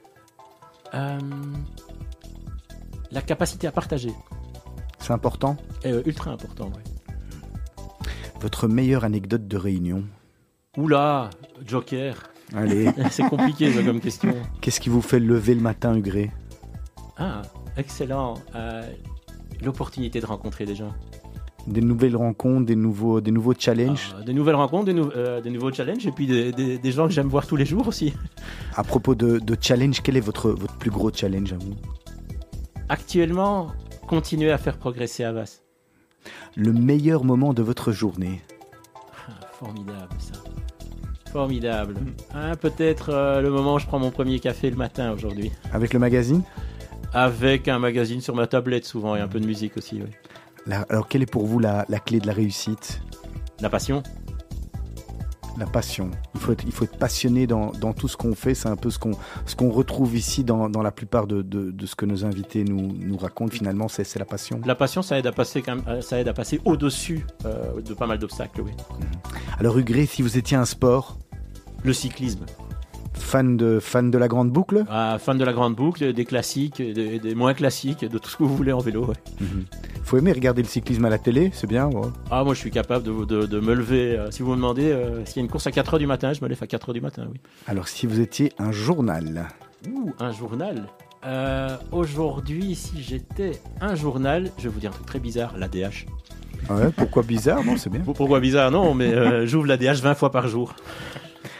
La capacité à partager. C'est important? Ultra important, oui. Votre meilleure anecdote de réunion? Oula, Joker. Allez. C'est compliqué ça, comme question. Qu'est-ce qui vous fait lever le matin, Hugueret? Ah, excellent. L'opportunité de rencontrer des gens. Des nouvelles rencontres, des nouveaux challenges? Des nouvelles rencontres, des nouveaux challenges et puis des gens que j'aime voir tous les jours aussi. À propos de challenge, quel est votre plus gros challenge à vous? Actuellement, continuer à faire progresser Havas. Le meilleur moment de votre journée? Formidable ça. Formidable. Peut-être le moment où je prends mon premier café le matin aujourd'hui. Avec le magazine? Avec un magazine sur ma tablette souvent et un peu de musique aussi, oui. Alors, quelle est pour vous la clé de la réussite? La passion. La passion. Il faut être passionné dans tout ce qu'on fait. C'est un peu ce qu'on retrouve ici dans la plupart de ce que nos invités nous racontent. Finalement, c'est la passion. La passion, ça aide à passer au-dessus de pas mal d'obstacles, oui. Alors, Hugueret, si vous étiez un sport? Le cyclisme. Fan de la grande boucle? Fan de la grande boucle, des classiques, des moins classiques, de tout ce que vous voulez en vélo. Ouais. Faut aimer regarder le cyclisme à la télé, c'est bien. Ouais. Moi je suis capable de me lever. Si vous me demandez s'il y a une course à 4h du matin, je me lève à 4h du matin, oui. Alors si vous étiez un journal? Un journal. Aujourd'hui, si j'étais un journal, je vais vous dire un truc très bizarre, l'ADH. Ouais, pourquoi bizarre? Non, c'est bien. Pourquoi bizarre? Non, mais j'ouvre l'ADH 20 fois par jour.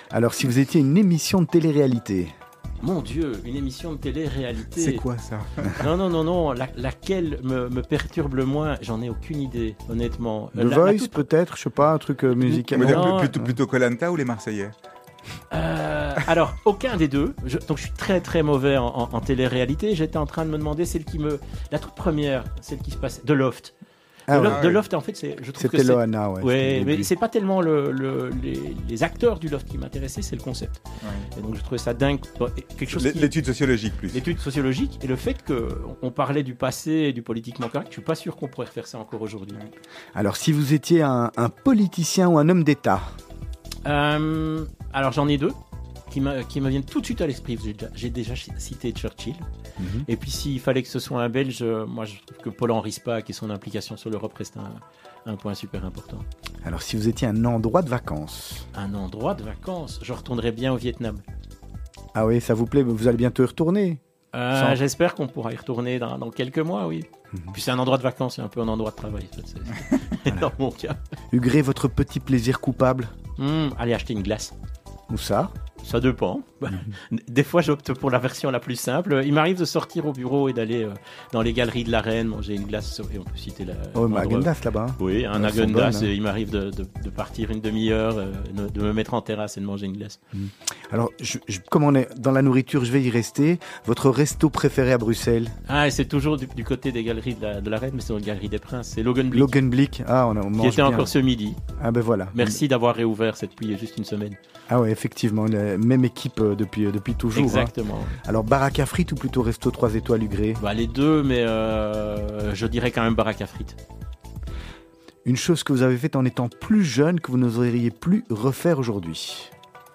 Alors, si vous étiez une émission de télé-réalité, Mon Dieu, une émission de télé-réalité. C'est quoi ça? Non. Laquelle me perturbe le moins, j'en ai aucune idée, honnêtement. The Voice peut-être, je sais pas, un truc musical. On va Non, dire plutôt Koh-Lanta ou les Marseillais? Alors, aucun des deux. Donc, je suis très très mauvais en télé-réalité. J'étais en train de me demander la toute première, celle qui se passe, The Loft. The Loft, en fait, je trouve que C'était Loana, ouais. Ouais, mais c'est pas tellement les acteurs du Loft qui m'intéressaient, c'est le concept. Ouais. Et donc, je trouvais ça dingue. Quelque chose L'étude sociologique plus. L'étude sociologique et le fait qu'on parlait du passé et du politiquement correct, je suis pas sûr qu'on pourrait faire ça encore aujourd'hui. Alors, si vous étiez un politicien ou un homme d'État, Alors, j'en ai deux qui me viennent tout de suite à l'esprit. J'ai déjà cité Churchill. Et puis, s'il fallait que ce soit un Belge, moi, je trouve que Paul-Henri Spaak et son implication sur l'Europe reste un point super important. alors si vous étiez un endroit de vacances, Un endroit de vacances, je retournerais bien au Vietnam. ah oui, ça vous plaît, vous allez bientôt y retourner. J'espère qu'on pourra y retourner dans quelques mois, oui. Puis c'est un endroit de vacances, c'est un peu un endroit de travail. C'est dans mon cas. Hugues, votre petit plaisir coupable, Aller acheter une glace. où ça? Ça dépend. Des fois, j'opte pour la version la plus simple. Il m'arrive de sortir au bureau et d'aller dans les galeries de la Reine, manger une glace. Et on peut citer Oh, mais Häagen-Dazs là-bas. Oui, un Elles sont Häagen-Dazs. bonnes, hein. Et il m'arrive de partir une demi-heure, de me mettre en terrasse et de manger une glace. Alors, comme on est dans la nourriture, je vais y rester. Votre resto préféré à Bruxelles? Ah, et c'est toujours du côté des galeries de la Reine, mais c'est dans la galerie des Princes. C'est Logan Blick, Logan Blick. Ah, on mange qui était bien. encore ce midi. Ah ben voilà. Merci d'avoir réouvert cette pluie il y a juste une semaine. Ah ouais, effectivement, la même équipe depuis toujours. Exactement. Hein. Alors, baraque à frites ou plutôt resto 3 étoiles Hugues? Bah, les deux, mais je dirais quand même baraque à frites. Une chose que vous avez faite en étant plus jeune que vous n'oseriez plus refaire aujourd'hui?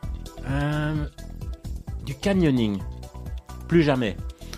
Du canyoning. Plus jamais.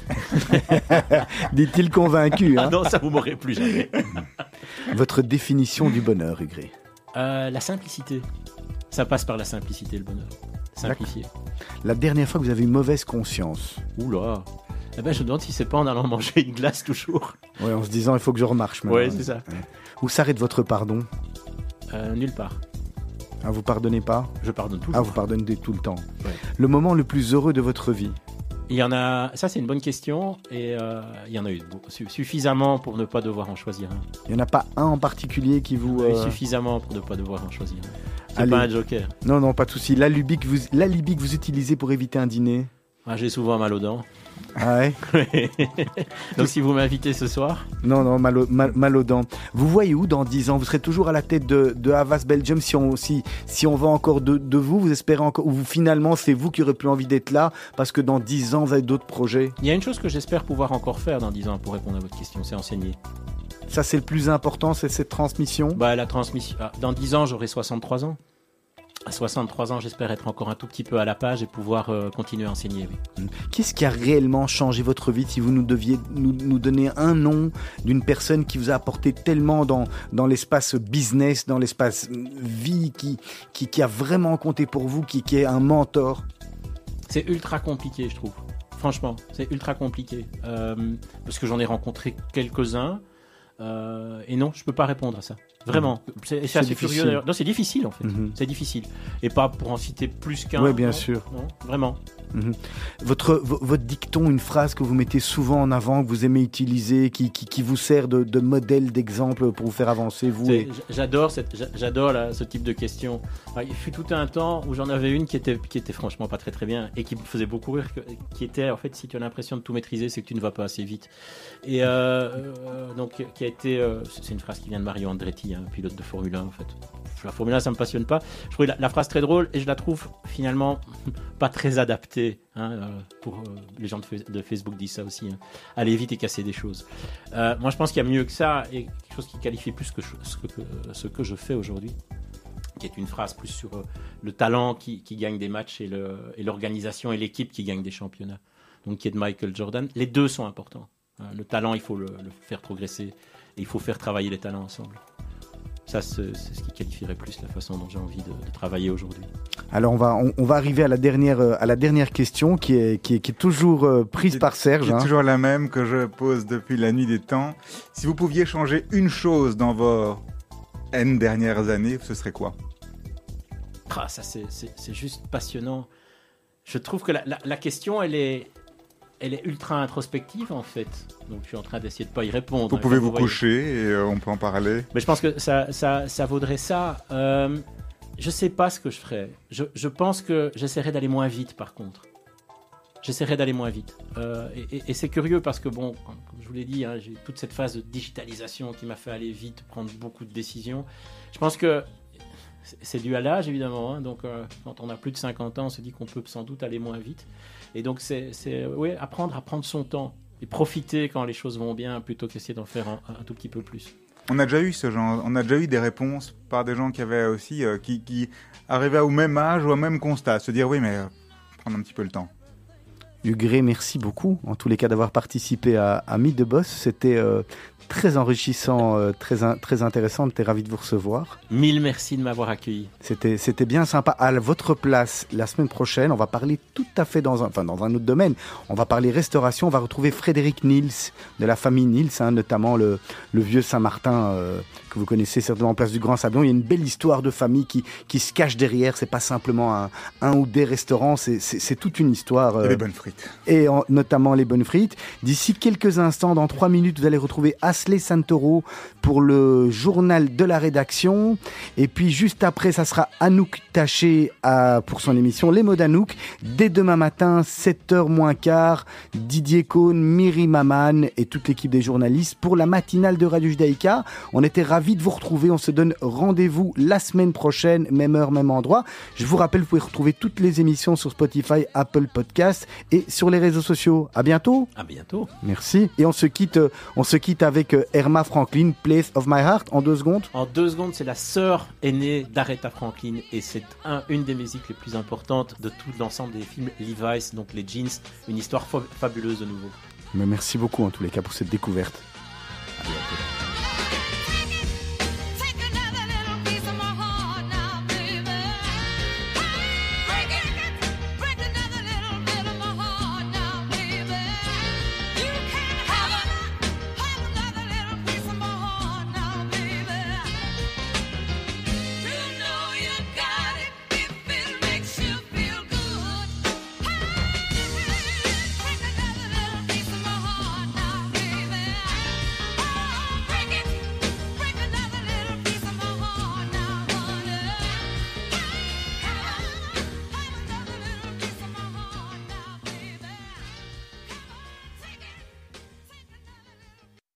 Dit-il convaincu. Ah Hein. non, ça vous m'aurez plus jamais. Votre définition du bonheur, Hugues? La simplicité. Ça passe par la simplicité, le bonheur. Simplifier. La dernière fois que vous avez eu mauvaise conscience? Oula. Eh ben, je me demande si c'est pas en allant manger une glace toujours. Ouais, en se disant il faut que je remarche maintenant. Ouais, c'est ça. Ouais. Où s'arrête votre pardon? Nulle part. Ah, vous pardonnez pas? Je pardonne toujours. Ah, vous pardonnez tout le temps. Ouais. Le moment le plus heureux de votre vie? Il y en a. Ça, c'est une bonne question. Et il y en a eu suffisamment pour ne pas devoir en choisir un. Il n'y en a pas un en particulier qui vous... Suffisamment pour ne pas devoir en choisir un. C'est Allez. pas un joker. Non, pas de souci. L'alibi que vous utilisez pour éviter un dîner? Ah, j'ai souvent mal aux dents. Ah ouais? Donc si vous m'invitez ce soir. Non, mal aux dents. Vous voyez où dans 10 ans? Vous serez toujours à la tête de Havas Belgium si on va encore de vous? Vous espérez encore? Ou finalement c'est vous qui aurez plus envie d'être là parce que dans 10 ans vous avez d'autres projets? Il y a une chose que j'espère pouvoir encore faire dans 10 ans pour répondre à votre question, c'est enseigner. Ça c'est le plus important, c'est cette transmission? Bah, la transmission. Dans 10 ans, j'aurai 63 ans. À 63 ans, j'espère être encore un tout petit peu à la page et pouvoir continuer à enseigner. Oui. Qu'est-ce qui a réellement changé votre vie si vous nous deviez nous donner un nom d'une personne qui vous a apporté tellement dans l'espace business, dans l'espace vie, qui a vraiment compté pour vous, qui est un mentor? C'est ultra compliqué, je trouve. Franchement, c'est ultra compliqué. Parce que j'en ai rencontré quelques-uns. Et non, je peux pas répondre à ça. Vraiment. C'est assez difficile. curieux d'ailleurs. Non, c'est difficile en fait. C'est difficile. Et pas pour en citer plus qu'un. Oui, bien non, sûr. Non, vraiment. Votre dicton, une phrase que vous mettez souvent en avant, que vous aimez utiliser, qui vous sert de modèle, d'exemple pour vous faire avancer, vous et... J'adore ce type de questions. Il fut tout un temps où j'en avais une qui était franchement pas très très bien et qui me faisait beaucoup rire, qui était en fait, si tu as l'impression de tout maîtriser, c'est que tu ne vas pas assez vite. Et donc qui a été, c'est une phrase qui vient de Mario Andretti, un pilote de Formule 1 en fait. La Formule 1 ça me passionne pas. Je trouvais la phrase très drôle et je la trouve finalement pas très adaptée. Pour les gens de Facebook disent ça aussi. Aller vite et casser des choses. Moi je pense qu'il y a mieux que ça et quelque chose qui qualifie plus que ce que je fais aujourd'hui, qui est une phrase plus sur le talent qui gagne des matchs et l'organisation et l'équipe qui gagne des championnats. Donc qui est de Michael Jordan. Les deux sont importants. Le talent, il faut le faire progresser et il faut faire travailler les talents ensemble. Ça, c'est ce qui qualifierait plus la façon dont j'ai envie de travailler aujourd'hui. Alors, on va arriver à la dernière question qui est toujours prise par Serge. C'est toujours la même que je pose depuis la nuit des temps. Si vous pouviez changer une chose dans vos N dernières années, ce serait quoi? ça c'est juste passionnant. Je trouve que la question, elle est ultra introspective en fait. Donc je suis en train d'essayer de pas y répondre. Vous pouvez vous coucher et on peut en parler. Mais je pense que ça vaudrait ça. Je sais pas ce que je ferais. Je pense que j'essaierai d'aller moins vite par contre. J'essaierai d'aller moins vite. Et c'est curieux parce que bon, comme je vous l'ai dit, hein, j'ai toute cette phase de digitalisation qui m'a fait aller vite, prendre beaucoup de décisions. Je pense que c'est dû à l'âge évidemment. Hein, donc quand on a plus de 50 ans, on se dit qu'on peut sans doute aller moins vite. Et donc c'est apprendre à prendre son temps et profiter quand les choses vont bien plutôt qu'essayer d'en faire un tout petit peu plus. On a déjà eu ce genre, on a déjà eu des réponses par des gens qui avaient aussi qui arrivaient au même âge ou au même constat, se dire oui mais prendre un petit peu le temps. Hugues Gray, merci beaucoup en tous les cas d'avoir participé à Mythe de Boss. C'était très enrichissant, très intéressant. On était ravis de vous recevoir. Mille merci de m'avoir accueilli. C'était bien sympa. À votre place, la semaine prochaine, on va parler tout à fait dans un autre domaine. On va parler restauration. On va retrouver Frédéric Niels, de la famille Niels, hein, notamment le vieux Saint-Martin que vous connaissez certainement en place du Grand Sablon. Il y a une belle histoire de famille qui se cache derrière. C'est pas simplement un ou des restaurants. C'est toute une histoire. Et les bonnes frites. Et notamment les bonnes frites. D'ici quelques instants, dans 3 minutes, vous allez retrouver Asley Santoro pour le journal de la rédaction. Et puis juste après, ça sera Anouk Taché pour son émission Les mots d'Anouk. Dès demain matin, 7h moins quart, Didier Cohn, Myri Maman et toute l'équipe des journalistes pour la matinale de Radio Judaïka. On était ravis de vous retrouver. On se donne rendez-vous la semaine prochaine, même heure, même endroit. Je vous rappelle, vous pouvez retrouver toutes les émissions sur Spotify, Apple Podcasts et sur les réseaux sociaux. À bientôt. À bientôt. Merci. Et on se quitte avec Irma Franklin, Place of My Heart, en 2 secondes. En 2 secondes, c'est la sœur aînée d'Aretha Franklin et c'est une des musiques les plus importantes de tout l'ensemble des films Levi's, donc les jeans, une histoire fabuleuse de nouveau. Mais merci beaucoup en tous les cas pour cette découverte. À bientôt.